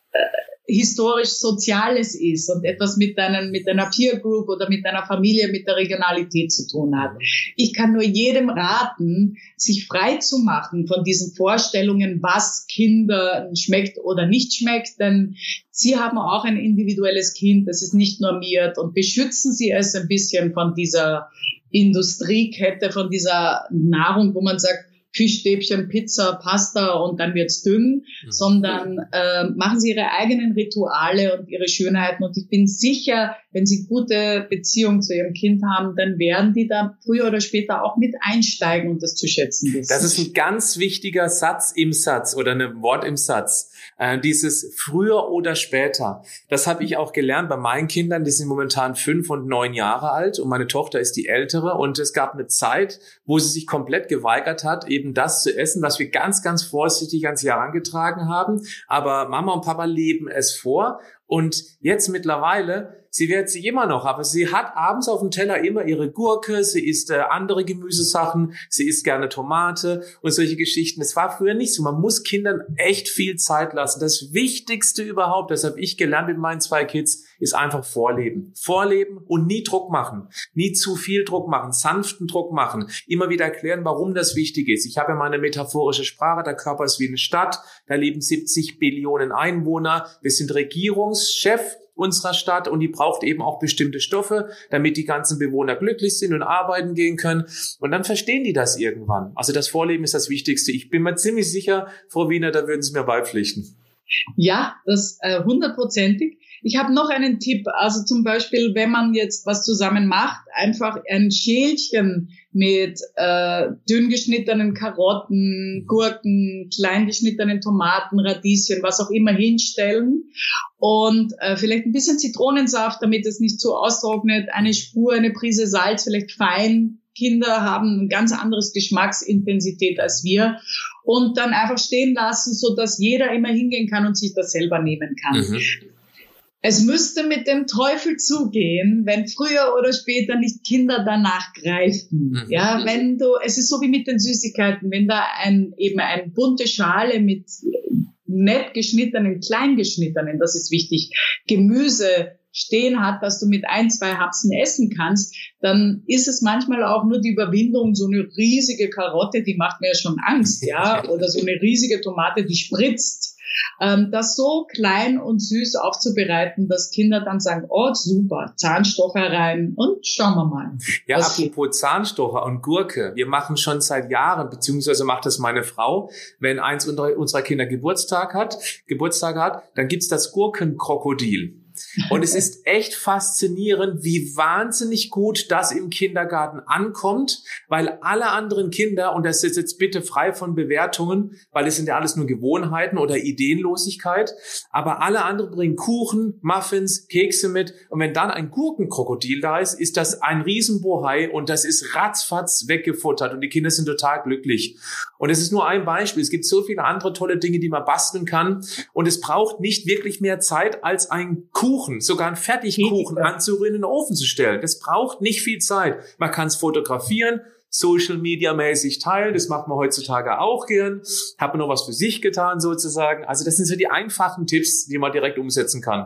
historisch Soziales ist und etwas mit einer Peer Group oder mit einer Familie, mit der Regionalität zu tun hat. Ich kann nur jedem raten, sich frei zu machen von diesen Vorstellungen, was Kindern schmeckt oder nicht schmeckt, denn Sie haben auch ein individuelles Kind, das ist nicht normiert, und beschützen Sie es ein bisschen von dieser Industriekette, von dieser Nahrung, wo man sagt, Fischstäbchen, Pizza, Pasta und dann wird's dünn, sondern machen Sie Ihre eigenen Rituale und Ihre Schönheiten. Und ich bin sicher, wenn Sie gute Beziehung zu Ihrem Kind haben, dann werden die da früher oder später auch mit einsteigen und das zu schätzen wissen. Das ist ein ganz wichtiger Satz im Satz oder ein Wort im Satz. Dieses früher oder später. Das habe ich auch gelernt bei meinen Kindern. Die sind momentan 5 und 9 Jahre alt und meine Tochter ist die ältere. Und es gab eine Zeit, wo sie sich komplett geweigert hat, eben das zu essen, was wir ganz, ganz vorsichtig ans Jahr herangetragen haben. Aber Mama und Papa leben es vor. Und jetzt mittlerweile, sie wehrt sich immer noch, aber sie hat abends auf dem Teller immer ihre Gurke, sie isst andere Gemüsesachen, sie isst gerne Tomate und solche Geschichten. Es war früher nicht so. Man muss Kindern echt viel Zeit lassen. Das Wichtigste überhaupt, das habe ich gelernt mit meinen 2 Kids, ist einfach vorleben. Vorleben und nie Druck machen. Nie zu viel Druck machen, sanften Druck machen. Immer wieder erklären, warum das wichtig ist. Ich habe ja meine metaphorische Sprache, der Körper ist wie eine Stadt, da leben 70 Billionen Einwohner, wir sind Regierungschef unserer Stadt und die braucht eben auch bestimmte Stoffe, damit die ganzen Bewohner glücklich sind und arbeiten gehen können. Und dann verstehen die das irgendwann. Also das Vorleben ist das Wichtigste. Ich bin mir ziemlich sicher, Frau Wiener, da würden Sie mir beipflichten. Ja, das 100%ig. Ich habe noch einen Tipp, also zum Beispiel, wenn man jetzt was zusammen macht, einfach ein Schälchen mit dünn geschnittenen Karotten, Gurken, klein geschnittenen Tomaten, Radieschen, was auch immer hinstellen und vielleicht ein bisschen Zitronensaft, damit es nicht zu austrocknet, eine Spur, eine Prise Salz, vielleicht fein. Kinder haben ein ganz anderes Geschmacksintensität als wir und dann einfach stehen lassen, so dass jeder immer hingehen kann und sich das selber nehmen kann. Mhm. Es müsste mit dem Teufel zugehen, wenn früher oder später nicht Kinder danach greifen. Mhm. Ja, es ist so wie mit den Süßigkeiten, wenn da eben eine bunte Schale mit nett geschnittenen, klein geschnittenen, das ist wichtig, Gemüse stehen hat, dass du mit 1, 2 Hapsen essen kannst, dann ist es manchmal auch nur die Überwindung, so eine riesige Karotte, die macht mir ja schon Angst, ja, oder so eine riesige Tomate, die spritzt. Das so klein und süß aufzubereiten, dass Kinder dann sagen, oh super, Zahnstocher rein und schauen wir mal. Ja, apropos Zahnstocher und Gurke, wir machen schon seit Jahren, beziehungsweise macht das meine Frau, wenn eins unserer Kinder Geburtstag hat, dann gibt's das Gurkenkrokodil. Und es ist echt faszinierend, wie wahnsinnig gut das im Kindergarten ankommt, weil alle anderen Kinder, und das ist jetzt bitte frei von Bewertungen, weil es sind ja alles nur Gewohnheiten oder Ideenlosigkeit, aber alle anderen bringen Kuchen, Muffins, Kekse mit. Und wenn dann ein Gurkenkrokodil da ist, ist das ein Riesenbohai und das ist ratzfatz weggefuttert und die Kinder sind total glücklich. Und es ist nur ein Beispiel. Es gibt so viele andere tolle Dinge, die man basteln kann. Und es braucht nicht wirklich mehr Zeit, als ein Kuchen, sogar einen Fertigkuchen anzurühren, in den Ofen zu stellen. Das braucht nicht viel Zeit. Man kann es fotografieren, Social-Media-mäßig teilen. Das macht man heutzutage auch gern. Hat man noch was für sich getan sozusagen. Also das sind so die einfachen Tipps, die man direkt umsetzen kann.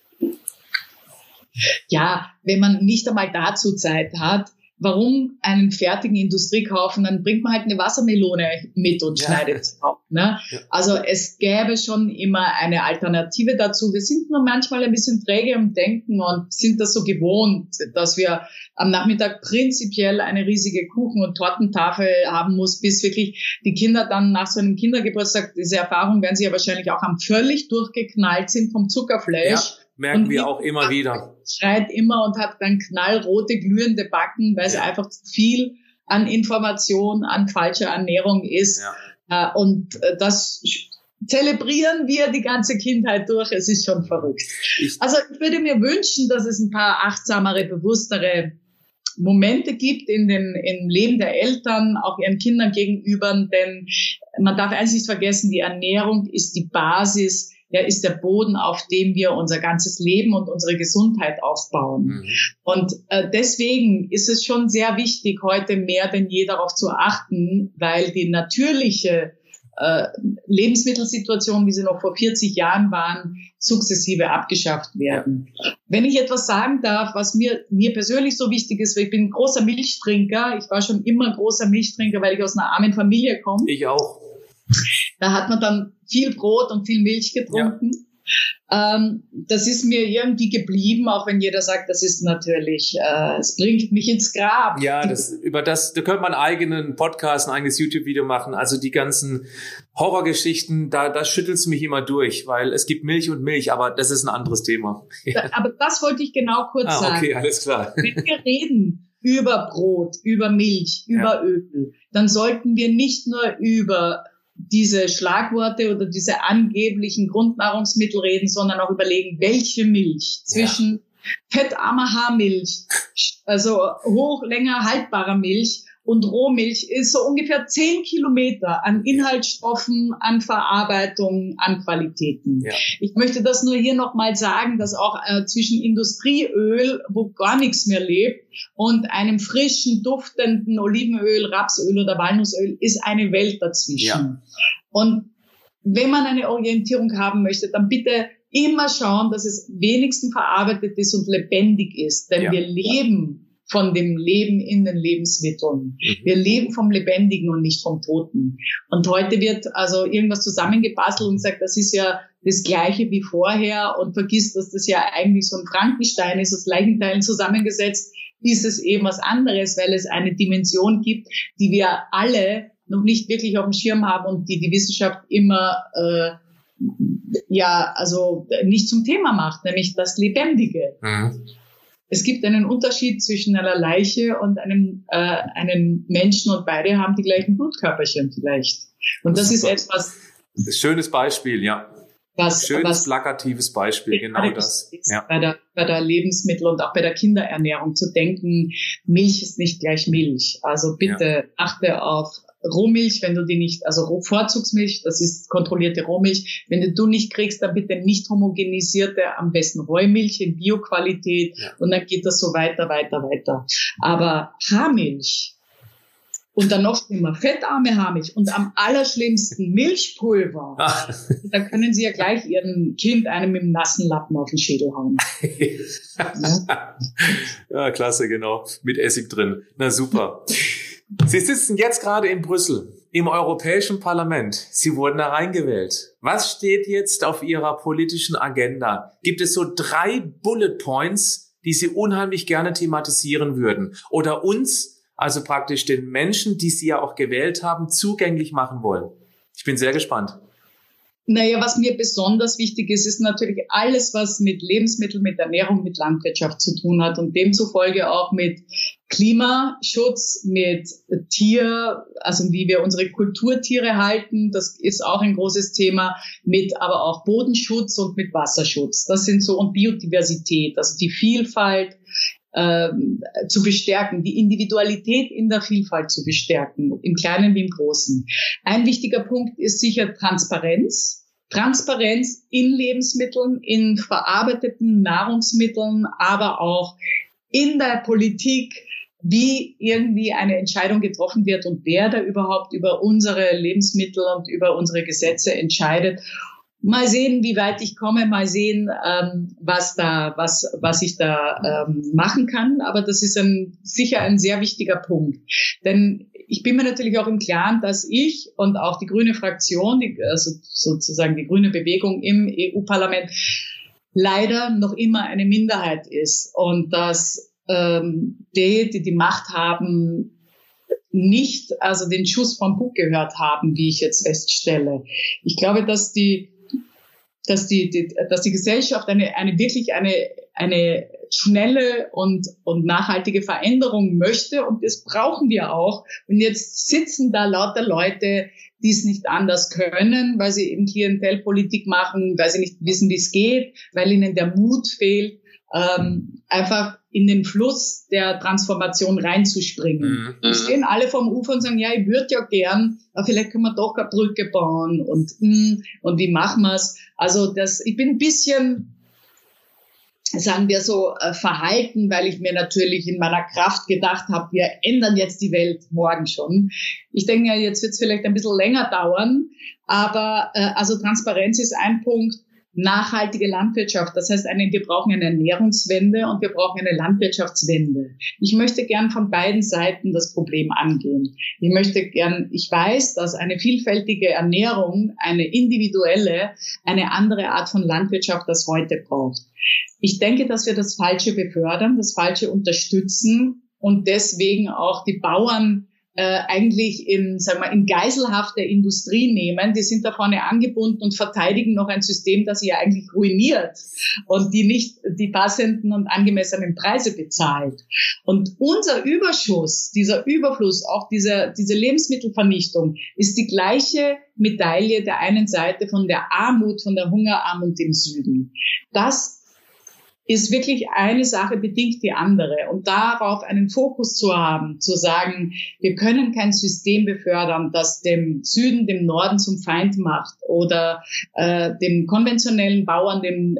Ja, wenn man nicht einmal dazu Zeit hat, warum einen fertigen Industriekaufen, dann bringt man halt eine Wassermelone mit und schneidet es auf. Ne? Ja. Also es gäbe schon immer eine Alternative dazu. Wir sind nur manchmal ein bisschen träge im Denken und sind das so gewohnt, dass wir am Nachmittag prinzipiell eine riesige Kuchen- und Tortentafel haben muss, bis wirklich die Kinder dann nach so einem Kindergeburtstag, diese Erfahrung werden sie ja wahrscheinlich auch haben, völlig durchgeknallt sind vom Zuckerfleisch. Ja. Merken wir auch immer wieder. Schreit immer und hat dann knallrote, glühende Backen, weil es einfach zu viel an Information, an falscher Ernährung ist. Ja. Und das zelebrieren wir die ganze Kindheit durch. Es ist schon verrückt. Also ich würde mir wünschen, dass es ein paar achtsamere, bewusstere Momente gibt im Leben der Eltern, auch ihren Kindern gegenüber. Denn man darf eins nicht vergessen, die Ernährung ist die Basis, ist der Boden, auf dem wir unser ganzes Leben und unsere Gesundheit aufbauen. Mhm. Und deswegen ist es schon sehr wichtig, heute mehr denn je darauf zu achten, weil die natürliche Lebensmittelsituation, wie sie noch vor 40 Jahren waren, sukzessive abgeschafft werden. Wenn ich etwas sagen darf, was mir persönlich so wichtig ist, weil ich bin ein großer Milchtrinker, ich war schon immer ein großer Milchtrinker, weil ich aus einer armen Familie komme. Ich auch. Da hat man dann viel Brot und viel Milch getrunken. Ja. Das ist mir irgendwie geblieben, auch wenn jeder sagt, das ist natürlich, es bringt mich ins Grab. Ja, da könnte man einen eigenen Podcast, ein eigenes YouTube-Video machen. Also die ganzen Horrorgeschichten, da schüttelst du mich immer durch, weil es gibt Milch und Milch, aber das ist ein anderes Thema. Ja. Aber das wollte ich genau kurz sagen. Okay, alles klar. Wenn wir reden über Brot, über Milch, über Öl, dann sollten wir nicht nur über diese Schlagworte oder diese angeblichen Grundnahrungsmittel reden, sondern auch überlegen, welche Milch zwischen fettarmer Haarmilch, also länger haltbarer Milch und Rohmilch ist so ungefähr 10 Kilometer an Inhaltsstoffen, an Verarbeitung, an Qualitäten. Ja. Ich möchte das nur hier nochmal sagen, dass auch zwischen Industrieöl, wo gar nichts mehr lebt, und einem frischen, duftenden Olivenöl, Rapsöl oder Walnussöl ist eine Welt dazwischen. Ja. Und wenn man eine Orientierung haben möchte, dann bitte immer schauen, dass es wenigstens verarbeitet ist und lebendig ist. Denn wir leben von dem Leben in den Lebensmitteln. Wir leben vom Lebendigen und nicht vom Toten. Und heute wird also irgendwas zusammengebastelt und sagt, das ist ja das Gleiche wie vorher und vergisst, dass das ja eigentlich so ein Frankenstein ist, aus Leichenteilen zusammengesetzt, ist es eben was anderes, weil es eine Dimension gibt, die wir alle noch nicht wirklich auf dem Schirm haben und die Wissenschaft immer nicht zum Thema macht, nämlich das Lebendige. Mhm. Es gibt einen Unterschied zwischen einer Leiche und einem Menschen und beide haben die gleichen Blutkörperchen vielleicht. Und das ist etwas. Schönes Beispiel, ja. Schönes, plakatives Beispiel, genau das. Ja. Bei der Lebensmittel- und auch bei der Kinderernährung zu denken, Milch ist nicht gleich Milch. Also bitte achte auf Rohmilch, wenn du die nicht, also Vorzugsmilch, das ist kontrollierte Rohmilch. Wenn du nicht kriegst, dann bitte nicht homogenisierte, am besten Heumilch in Bioqualität und dann geht das so weiter. Aber Haarmilch und dann noch schlimmer, fettarme Haarmilch und am allerschlimmsten Milchpulver, da können Sie ja gleich Ihrem Kind einem mit dem nassen Lappen auf den Schädel hauen. Ja, klasse, genau. Mit Essig drin. Na super. Sie sitzen jetzt gerade in Brüssel im Europäischen Parlament. Sie wurden da reingewählt. Was steht jetzt auf Ihrer politischen Agenda? Gibt es so 3 Bullet Points, die Sie unheimlich gerne thematisieren würden? Oder uns, also praktisch den Menschen, die Sie ja auch gewählt haben, zugänglich machen wollen? Ich bin sehr gespannt. Naja, was mir besonders wichtig ist, ist natürlich alles, was mit Lebensmitteln, mit Ernährung, mit Landwirtschaft zu tun hat und demzufolge auch mit Klimaschutz, mit also wie wir unsere Kulturtiere halten, das ist auch ein großes Thema, mit aber auch Bodenschutz und mit Wasserschutz. Das sind so, und Biodiversität, also die Vielfalt zu bestärken, die Individualität in der Vielfalt zu bestärken, im Kleinen wie im Großen. Ein wichtiger Punkt ist sicher Transparenz. Transparenz in Lebensmitteln, in verarbeiteten Nahrungsmitteln, aber auch in der Politik, wie irgendwie eine Entscheidung getroffen wird und wer da überhaupt über unsere Lebensmittel und über unsere Gesetze entscheidet. Mal sehen, wie weit ich komme, mal sehen, was ich da machen kann. Aber das ist sicher ein sehr wichtiger Punkt. Denn ich bin mir natürlich auch im Klaren, dass ich und auch die grüne Fraktion, also sozusagen die grüne Bewegung im EU-Parlament, leider noch immer eine Minderheit ist. Und dass die Macht haben, nicht also den Schuss vom Bug gehört haben, wie ich jetzt feststelle. Ich glaube, dass die Gesellschaft eine schnelle und nachhaltige Veränderung möchte, und das brauchen wir auch. Und jetzt sitzen da lauter Leute, die es nicht anders können, weil sie eben Klientelpolitik machen, weil sie nicht wissen, wie es geht, weil ihnen der Mut fehlt, einfach in den Fluss der Transformation reinzuspringen. Die stehen alle vom Ufer und sagen, ja, ich würde ja gern, aber vielleicht können wir doch eine Brücke bauen und wie machen wir's? Also ich bin ein bisschen, sagen wir so, verhalten, weil ich mir natürlich in meiner Kraft gedacht habe, wir ändern jetzt die Welt morgen schon. Ich denke, jetzt wird es vielleicht ein bisschen länger dauern, aber also Transparenz ist ein Punkt. Nachhaltige Landwirtschaft, das heißt, wir brauchen eine Ernährungswende und wir brauchen eine Landwirtschaftswende. Ich möchte gern von beiden Seiten das Problem angehen. Ich weiß, dass eine vielfältige Ernährung, eine individuelle, eine andere Art von Landwirtschaft das heute braucht. Ich denke, dass wir das Falsche befördern, das Falsche unterstützen und deswegen auch die Bauern eigentlich in Geiselhaft der Industrie nehmen. Die sind da vorne angebunden und verteidigen noch ein System, das sie ja eigentlich ruiniert und die nicht die passenden und angemessenen Preise bezahlt. Und unser Überschuss, dieser Überfluss, auch diese Lebensmittelvernichtung, ist die gleiche Medaille der einen Seite von der Armut, von der Hungerarmut im Süden. Das ist wirklich eine Sache bedingt die andere. Und darauf einen Fokus zu haben, zu sagen, wir können kein System befördern, das dem Süden, dem Norden zum Feind macht oder dem konventionellen Bauern, dem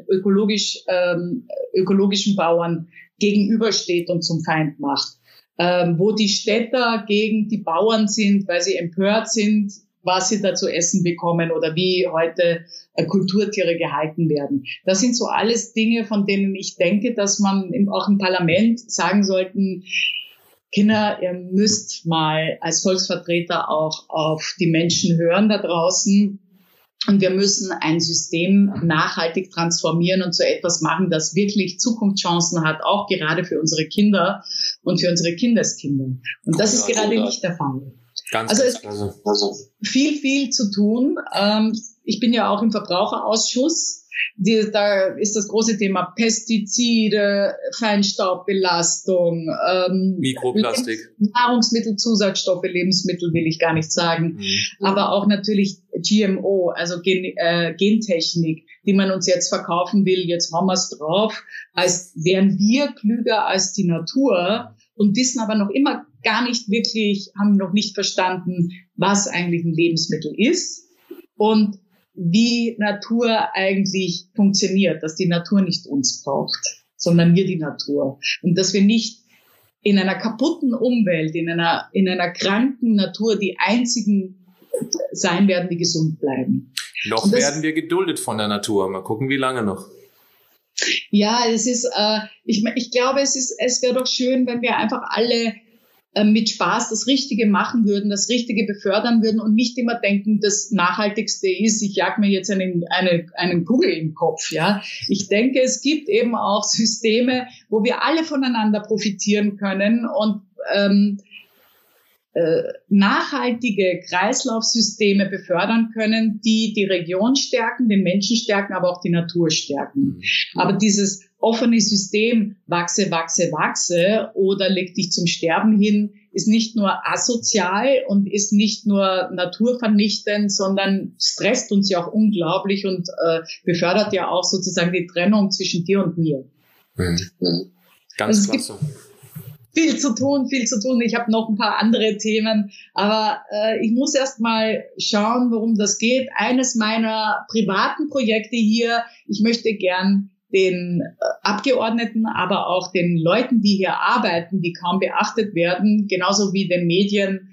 ökologischen Bauern gegenübersteht und zum Feind macht. Wo die Städter gegen die Bauern sind, weil sie empört sind, was sie da zu essen bekommen oder wie heute Kulturtiere gehalten werden. Das sind so alles Dinge, von denen ich denke, dass man auch im Parlament sagen sollten, Kinder, ihr müsst mal als Volksvertreter auch auf die Menschen hören da draußen. Und wir müssen ein System nachhaltig transformieren und so etwas machen, das wirklich Zukunftschancen hat, auch gerade für unsere Kinder und für unsere Kindeskinder. Und das ist gerade nicht der Fall. Also es ist viel zu tun. Ich bin ja auch im Verbraucherausschuss. Da ist das große Thema Pestizide, Feinstaubbelastung, Mikroplastik, Nahrungsmittelzusatzstoffe, Lebensmittel will ich gar nicht sagen, aber auch natürlich GMO, also Gentechnik, die man uns jetzt verkaufen will. Jetzt haben wir es drauf, als wären wir klüger als die Natur und wissen aber noch immer gar nicht wirklich, haben noch nicht verstanden, was eigentlich ein Lebensmittel ist und wie Natur eigentlich funktioniert, dass die Natur nicht uns braucht, sondern wir die Natur. Und dass wir nicht in einer kaputten Umwelt, in einer kranken Natur die einzigen sein werden, die gesund bleiben. Noch werden wir geduldet von der Natur. Mal gucken, wie lange noch. Ja, es ist, ich glaube, es wäre doch schön, wenn wir einfach alle mit Spaß das Richtige machen würden, das Richtige befördern würden und nicht immer denken, das Nachhaltigste ist, ich jag mir jetzt einen Kugel im Kopf, ja. Ich denke, es gibt eben auch Systeme, wo wir alle voneinander profitieren können und nachhaltige Kreislaufsysteme befördern können, die die Region stärken, den Menschen stärken, aber auch die Natur stärken. Aber dieses offene System, wachse, wachse, wachse oder leg dich zum Sterben hin, ist nicht nur asozial und ist nicht nur naturvernichtend, sondern stresst uns ja auch unglaublich und befördert ja auch sozusagen die Trennung zwischen dir und mir. Ganz klasse. Viel zu tun. Ich habe noch ein paar andere Themen, aber ich muss erst mal schauen, worum das geht. Eines meiner privaten Projekte hier, ich möchte gern den Abgeordneten, aber auch den Leuten, die hier arbeiten, die kaum beachtet werden, genauso wie den Medien,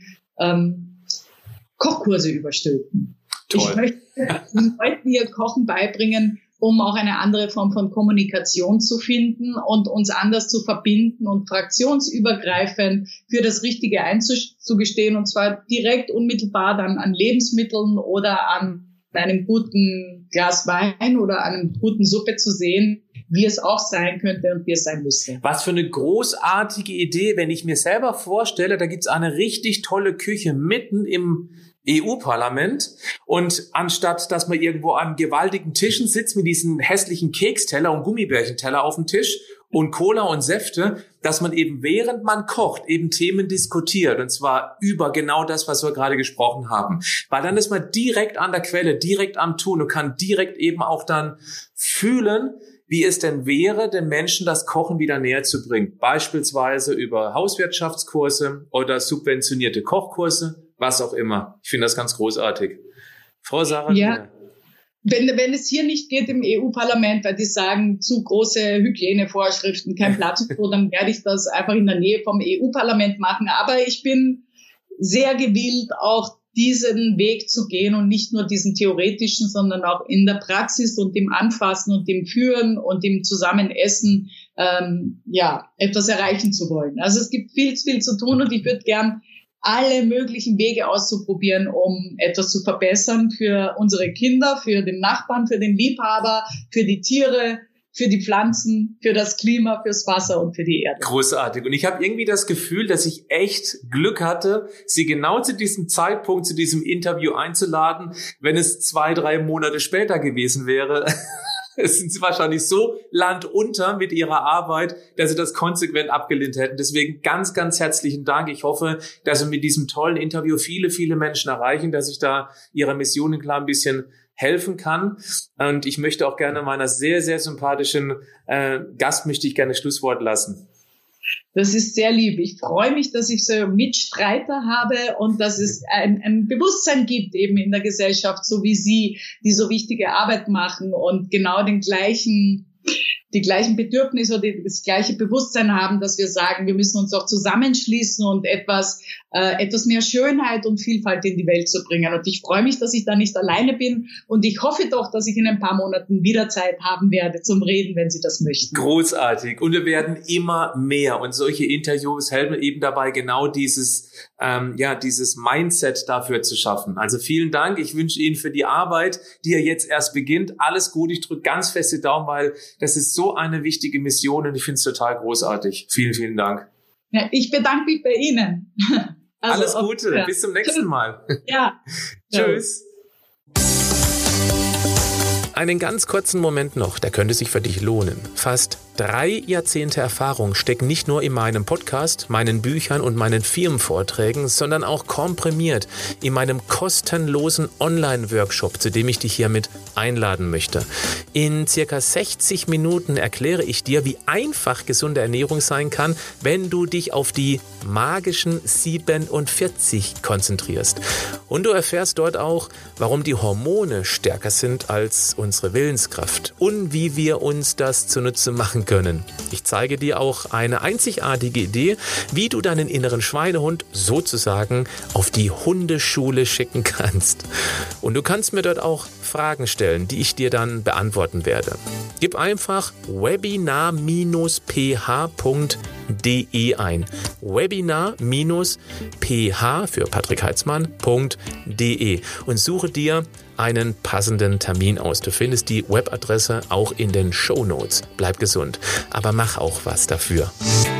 Kochkurse überstülpen. Toll. Ich möchte den Leuten hier Kochen beibringen, um auch eine andere Form von Kommunikation zu finden und uns anders zu verbinden und fraktionsübergreifend für das Richtige einzugestehen, und zwar direkt unmittelbar dann an Lebensmitteln oder an einem guten Glas Wein oder einer guten Suppe zu sehen, wie es auch sein könnte und wie es sein müsste. Was für eine großartige Idee, wenn ich mir selber vorstelle, da gibt's eine richtig tolle Küche mitten im EU-Parlament und anstatt, dass man irgendwo an gewaltigen Tischen sitzt mit diesen hässlichen Keksteller und Gummibärchenteller auf dem Tisch und Cola und Säfte, dass man eben während man kocht eben Themen diskutiert, und zwar über genau das, was wir gerade gesprochen haben. Weil dann ist man direkt an der Quelle, direkt am Tun und kann direkt eben auch dann fühlen, wie es denn wäre, den Menschen das Kochen wieder näher zu bringen. Beispielsweise über Hauswirtschaftskurse oder subventionierte Kochkurse, was auch immer. Ich finde das ganz großartig. Frau Sarah? Ja. Wenn es hier nicht geht im EU-Parlament, weil die sagen, zu große Hygienevorschriften, kein Platz, dann werde ich das einfach in der Nähe vom EU-Parlament machen. Aber ich bin sehr gewillt, auch diesen Weg zu gehen und nicht nur diesen theoretischen, sondern auch in der Praxis und im Anfassen und im Führen und im Zusammenessen etwas erreichen zu wollen. Also es gibt viel zu tun und ich würde gern alle möglichen Wege auszuprobieren, um etwas zu verbessern für unsere Kinder, für den Nachbarn, für den Liebhaber, für die Tiere, für die Pflanzen, für das Klima, fürs Wasser und für die Erde. Großartig. Und ich habe irgendwie das Gefühl, dass ich echt Glück hatte, Sie genau zu diesem Zeitpunkt, zu diesem Interview einzuladen, wenn es 2-3 Monate später gewesen wäre. Es sind Sie wahrscheinlich so landunter mit Ihrer Arbeit, dass Sie das konsequent abgelehnt hätten. Deswegen ganz, ganz herzlichen Dank. Ich hoffe, dass Sie mit diesem tollen Interview viele, viele Menschen erreichen, dass ich da Ihrer Mission klar ein bisschen helfen kann. Und ich möchte auch gerne meiner sehr, sehr sympathischen Gast möchte ich gerne Schlusswort lassen. Das ist sehr lieb. Ich freue mich, dass ich so Mitstreiter habe und dass es ein Bewusstsein gibt eben in der Gesellschaft, so wie Sie, die so wichtige Arbeit machen und genau die gleichen Bedürfnisse oder das gleiche Bewusstsein haben, dass wir sagen, wir müssen uns auch zusammenschließen und etwas mehr Schönheit und Vielfalt in die Welt zu bringen. Und ich freue mich, dass ich da nicht alleine bin und ich hoffe doch, dass ich in ein paar Monaten wieder Zeit haben werde zum Reden, wenn Sie das möchten. Großartig. Und wir werden immer mehr und solche Interviews helfen eben dabei, genau dieses Mindset dafür zu schaffen. Also vielen Dank. Ich wünsche Ihnen für die Arbeit, die ja jetzt erst beginnt, alles Gute. Ich drücke ganz fest die Daumen, weil das ist so eine wichtige Mission und ich finde es total großartig. Vielen, vielen Dank. Ja, ich bedanke mich bei Ihnen. Alles Gute. Bis zum nächsten Mal. Ja. Tschüss. Einen ganz kurzen Moment noch, der könnte sich für dich lohnen. Fast 3 Jahrzehnte Erfahrung stecken nicht nur in meinem Podcast, meinen Büchern und meinen Firmenvorträgen, sondern auch komprimiert in meinem kostenlosen Online-Workshop, zu dem ich dich hiermit einladen möchte. In circa 60 Minuten erkläre ich dir, wie einfach gesunde Ernährung sein kann, wenn du dich auf die magischen 47 konzentrierst. Und du erfährst dort auch, warum die Hormone stärker sind als unsere Willenskraft und wie wir uns das zunutze machen können. Ich zeige dir auch eine einzigartige Idee, wie du deinen inneren Schweinehund sozusagen auf die Hundeschule schicken kannst. Und du kannst mir dort auch Fragen stellen, die ich dir dann beantworten werde. Gib einfach webinar-ph.de ein. Webinar-ph für Patrick Heitzmann.de und suche dir einen passenden Termin aus. Du findest die Webadresse auch in den Shownotes. Bleib gesund, aber mach auch was dafür.